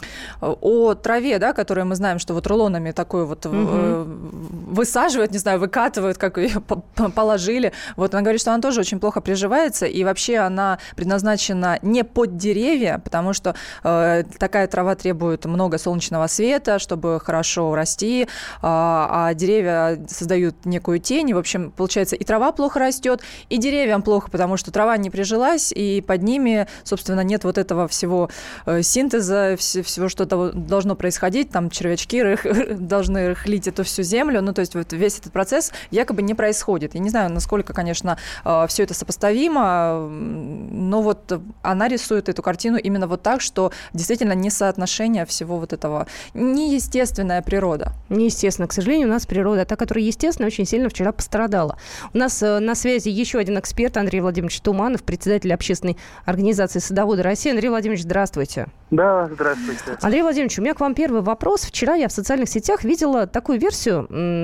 о траве, да, которую мы знаем, что вот рулонами такой вот высаживают, не знаю, выкатывают, как ее положили. Вот она говорит, что она тоже очень плохо приживается, и вообще она предназначена не под деревья, потому что такая трава требует много солнечного света, чтобы хорошо расти, а деревья создают некую тень, и, в общем, получается, и трава плохо растет, и деревьям плохо, потому что трава не прижилась, и под ними, собственно, нет вот этого всего синтеза, всего, что должно происходить, там червячки должны рыхлить эту всю землю, ну, то есть вот весь этот процесс якобы не происходит. Я не знаю, насколько, конечно, все это сопоставимо, но вот она рисует эту картину именно вот так, что действительно несоотношение всего вот этого, неестественная природа.
Неестественно. К сожалению, у нас природа, та, которая естественно, очень сильно вчера пострадала. У нас на связи еще один эксперт, Андрей Владимирович Туманов, председатель общественной организации «Садоводы России». Андрей Владимирович, здравствуйте.
Да, здравствуйте.
Андрей Владимирович, у меня к вам первый вопрос. Вчера я в социальных сетях видела такую версию,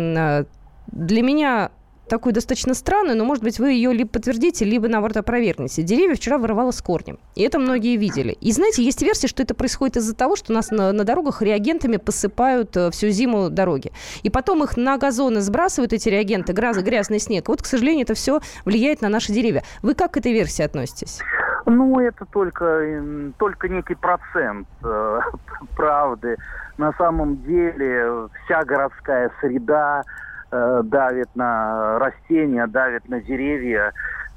для меня такую достаточно странную, но, может быть, вы ее либо подтвердите, либо, наоборот, опровергнете. Деревья вчера вырывало с корнем. И это многие видели. И, знаете, есть версия, что это происходит из-за того, что у нас на дорогах реагентами посыпают всю зиму дороги. И потом их на газоны сбрасывают, эти реагенты, грязный снег. Вот, к сожалению, это все влияет на наши деревья. Вы как к этой версии относитесь?
Ну, это только некий процент правды. На самом деле вся городская среда давит на растения, давит на деревья.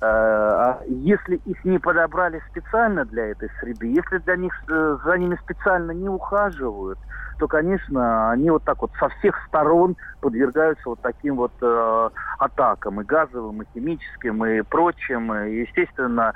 Если их не подобрали специально для этой среды, если за ними специально не ухаживают, то, конечно, они вот так вот со всех сторон подвергаются вот таким вот атакам, и газовым, и химическим, и прочим. И, естественно,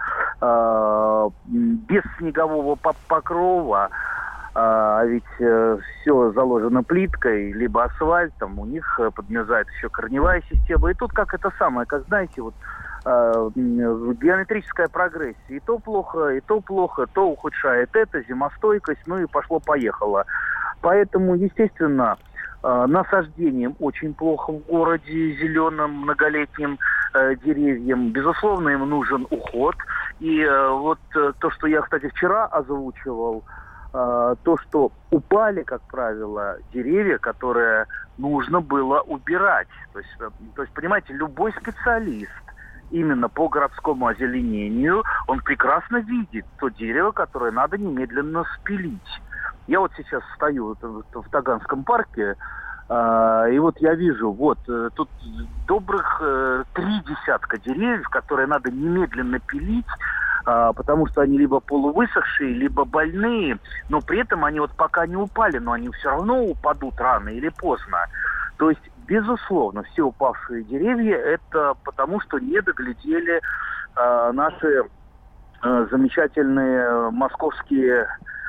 без снегового покрова, ведь все заложено плиткой, либо асфальтом, у них подмерзает еще корневая система. И тут как это самое, как знаете, вот геометрическая прогрессия. И то плохо, то ухудшает это, зимостойкость, ну и пошло-поехало. Поэтому, естественно, насаждением очень плохо в городе, зеленым, многолетним деревьям. Безусловно, им нужен уход. И вот то, что я, кстати, вчера озвучивал, то, что упали, как правило, деревья, которые нужно было убирать. То есть, понимаете, любой специалист, именно по городскому озеленению, он прекрасно видит то дерево, которое надо немедленно спилить. Я вот сейчас стою в Таганском парке, и вот я вижу, вот тут добрых 3 десятка деревьев, которые надо немедленно пилить, потому что они либо полувысохшие, либо больные, но при этом они вот пока не упали, но они все равно упадут рано или поздно. То есть, безусловно, все упавшие деревья – это потому, что не доглядели наши замечательные московские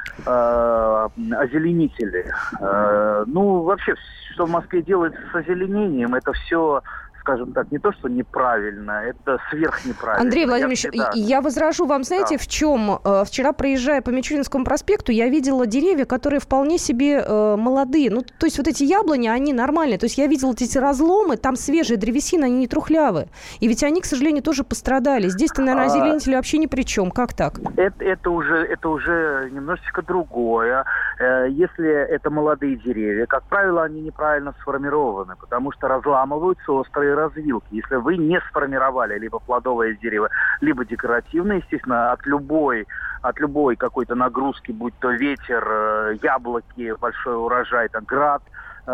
озеленители. Вообще, что в Москве делается с озеленением, это все, скажем так, не то, что неправильно, это сверхнеправильно.
Андрей Владимирович, я возражу вам, знаете, в чем? Вчера, проезжая по Мичуринскому проспекту, я видела деревья, которые вполне себе молодые. Ну, то есть вот эти яблони, они нормальные. То есть я видела эти разломы, там свежая древесина, они не трухлявые. И ведь они, к сожалению, тоже пострадали. Здесь-то, наверное, озеленители вообще ни при чем. Как так? Это уже немножечко другое. Если это молодые деревья, как правило, они неправильно сформированы, потому что разламываются острые развилки. Если вы не сформировали либо плодовое дерево, либо декоративное, естественно, от любой какой-то нагрузки, будь то ветер, яблоки, большой урожай, град,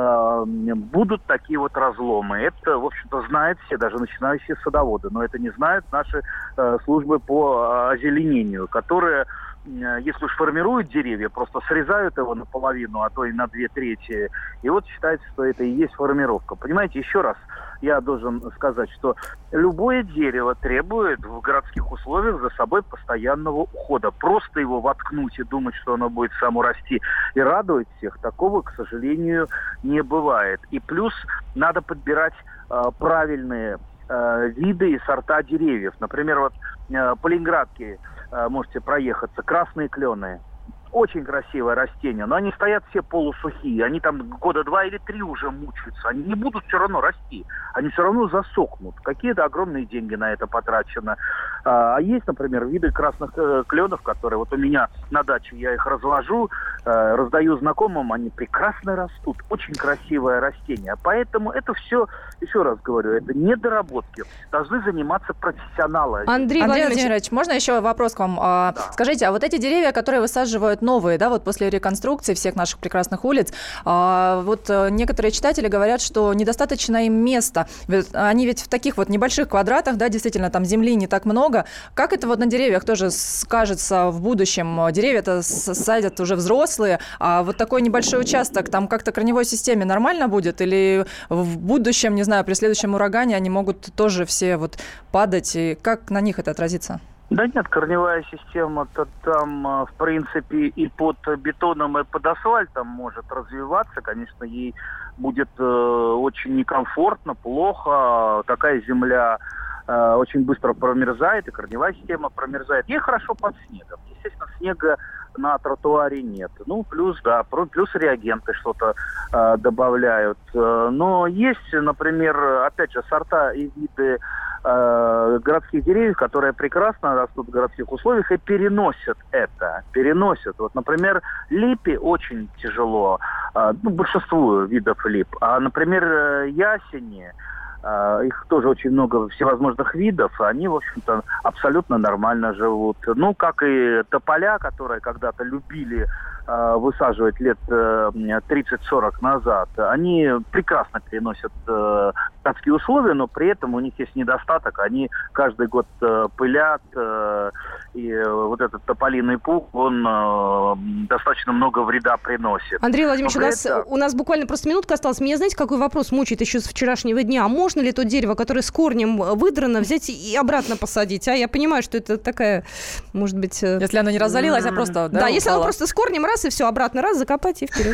будут такие вот разломы. Это, в общем-то, знают все, даже начинающие садоводы, но это не знают наши службы по озеленению, которые, если уж формируют деревья, просто срезают его наполовину, а то и на 2/3, и вот считается, что это и есть формировка. Понимаете, еще раз я должен сказать, что любое дерево требует в городских условиях за собой постоянного ухода. Просто его воткнуть и думать, что оно будет само расти и радовать всех, такого, к сожалению, не бывает. И плюс надо подбирать правильные виды и сорта деревьев. Например, вот по Ленинградке можете проехаться, красные клены. Очень красивое растение, но они стоят все полусухие. Они там 2 или 3 года уже мучаются. Они не будут все равно расти. Они все равно засохнут. Какие-то огромные деньги на это потрачено. А есть, например, виды красных кленов, которые вот у меня на даче, я их развожу, раздаю знакомым, они прекрасно растут. Очень красивое растение. Поэтому это все, еще раз говорю, это недоработки. Должны заниматься профессионалы.
Андрей Владимирович, можно еще вопрос к вам? Да. Скажите, а вот эти деревья, которые высаживают новые, да, вот после реконструкции всех наших прекрасных улиц, вот некоторые читатели говорят, что недостаточно им места. Они ведь в таких вот небольших квадратах, да, действительно, там земли не так много. Как это вот на деревьях тоже скажется в будущем? Деревья-то садят уже взрослые, а вот такой небольшой участок, там как-то корневой системе нормально будет? Или в будущем, не знаю, при следующем урагане они могут тоже все вот падать? И как на них это отразится?
Да нет, корневая система-то там, в принципе, и под бетоном, и под асфальтом может развиваться. Конечно, ей будет очень некомфортно, плохо. Такая земля очень быстро промерзает, и корневая система промерзает. Ей хорошо под снегом. Естественно, снега на тротуаре нет. Плюс реагенты что-то добавляют. Но есть, например, опять же, сорта и виды городских деревьев, которые прекрасно растут в городских условиях и переносят это. Вот, например, липе очень тяжело, большинству видов лип. А, например, ясени, их тоже очень много всевозможных видов, они, в общем-то, абсолютно нормально живут. Как и тополя, которые когда-то любили высаживать лет 30-40 назад, они прекрасно переносят городские условия, но при этом у них есть недостаток, они каждый год пылят, и вот этот тополиный пух, он достаточно много вреда приносит.
Андрей Владимирович, у нас буквально просто минутка осталась. Меня, знаете, какой вопрос мучает еще с вчерашнего дня? А можно ли то дерево, которое с корнем выдрано, взять и обратно посадить? Я понимаю, что это такая, может быть...
Если оно не развалилось, а просто...
Да, если оно просто с корнем раз, и все, обратно раз, закопать и вперед.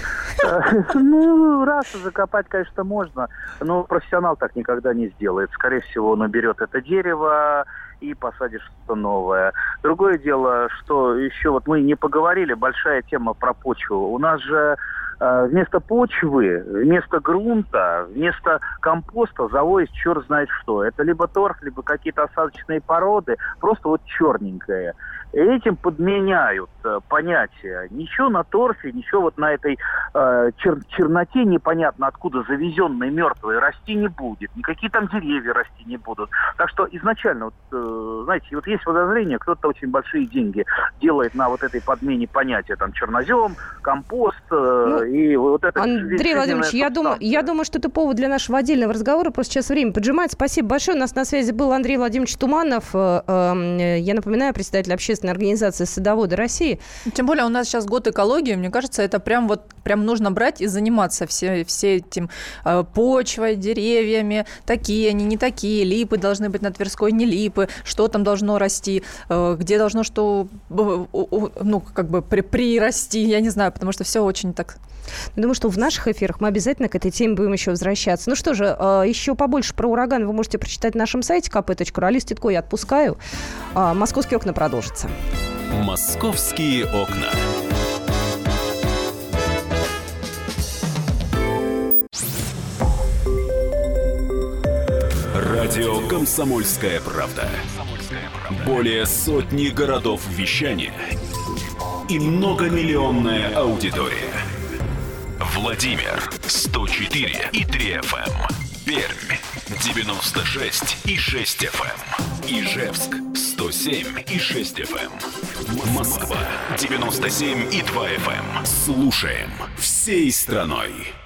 Раз закопать, конечно, можно, но профессионал так никогда не сделает. Скорее всего, он уберет это дерево и посадит что-то новое. Другое дело, что еще вот мы не поговорили, большая тема про почву. У нас же вместо почвы, вместо грунта, вместо компоста завозят черт знает что. Это либо торф, либо какие-то осадочные породы, просто вот черненькое. Этим подменяют понятие. Ничего на торфе, ничего вот на этой черноте непонятно откуда завезенной мертвой расти не будет. Никакие там деревья расти не будут. Так что изначально, вот, знаете, вот есть подозрение, кто-то очень большие деньги делает на вот этой подмене понятия. Там чернозем, компост и вот это...
Андрей Владимирович, я думаю, что это повод для нашего отдельного разговора. Просто сейчас время поджимает. Спасибо большое. У нас на связи был Андрей Владимирович Туманов. Я напоминаю, председатель общественной организации «Садоводы России».
Тем более у нас сейчас год экологии. Мне кажется, это прям нужно брать и заниматься все этим почвой, деревьями. Такие они, не такие. Липы должны быть на Тверской, не липы. Что там должно расти? Где должно что, прирасти? Я не знаю, потому что все очень так...
Думаю, что в наших эфирах мы обязательно к этой теме будем еще возвращаться. Ну что же, еще побольше про ураган вы можете прочитать на нашем сайте kp.ru. Алис Титко я отпускаю. «Московские окна» продолжится.
«Московские окна». Радио «Комсомольская правда». Более сотни городов вещания и многомиллионная аудитория. Владимир 104,3 FM. Пермь 96,6 FM. Ижевск 107,6 FM. Москва 97,2 FM. Слушаем всей страной.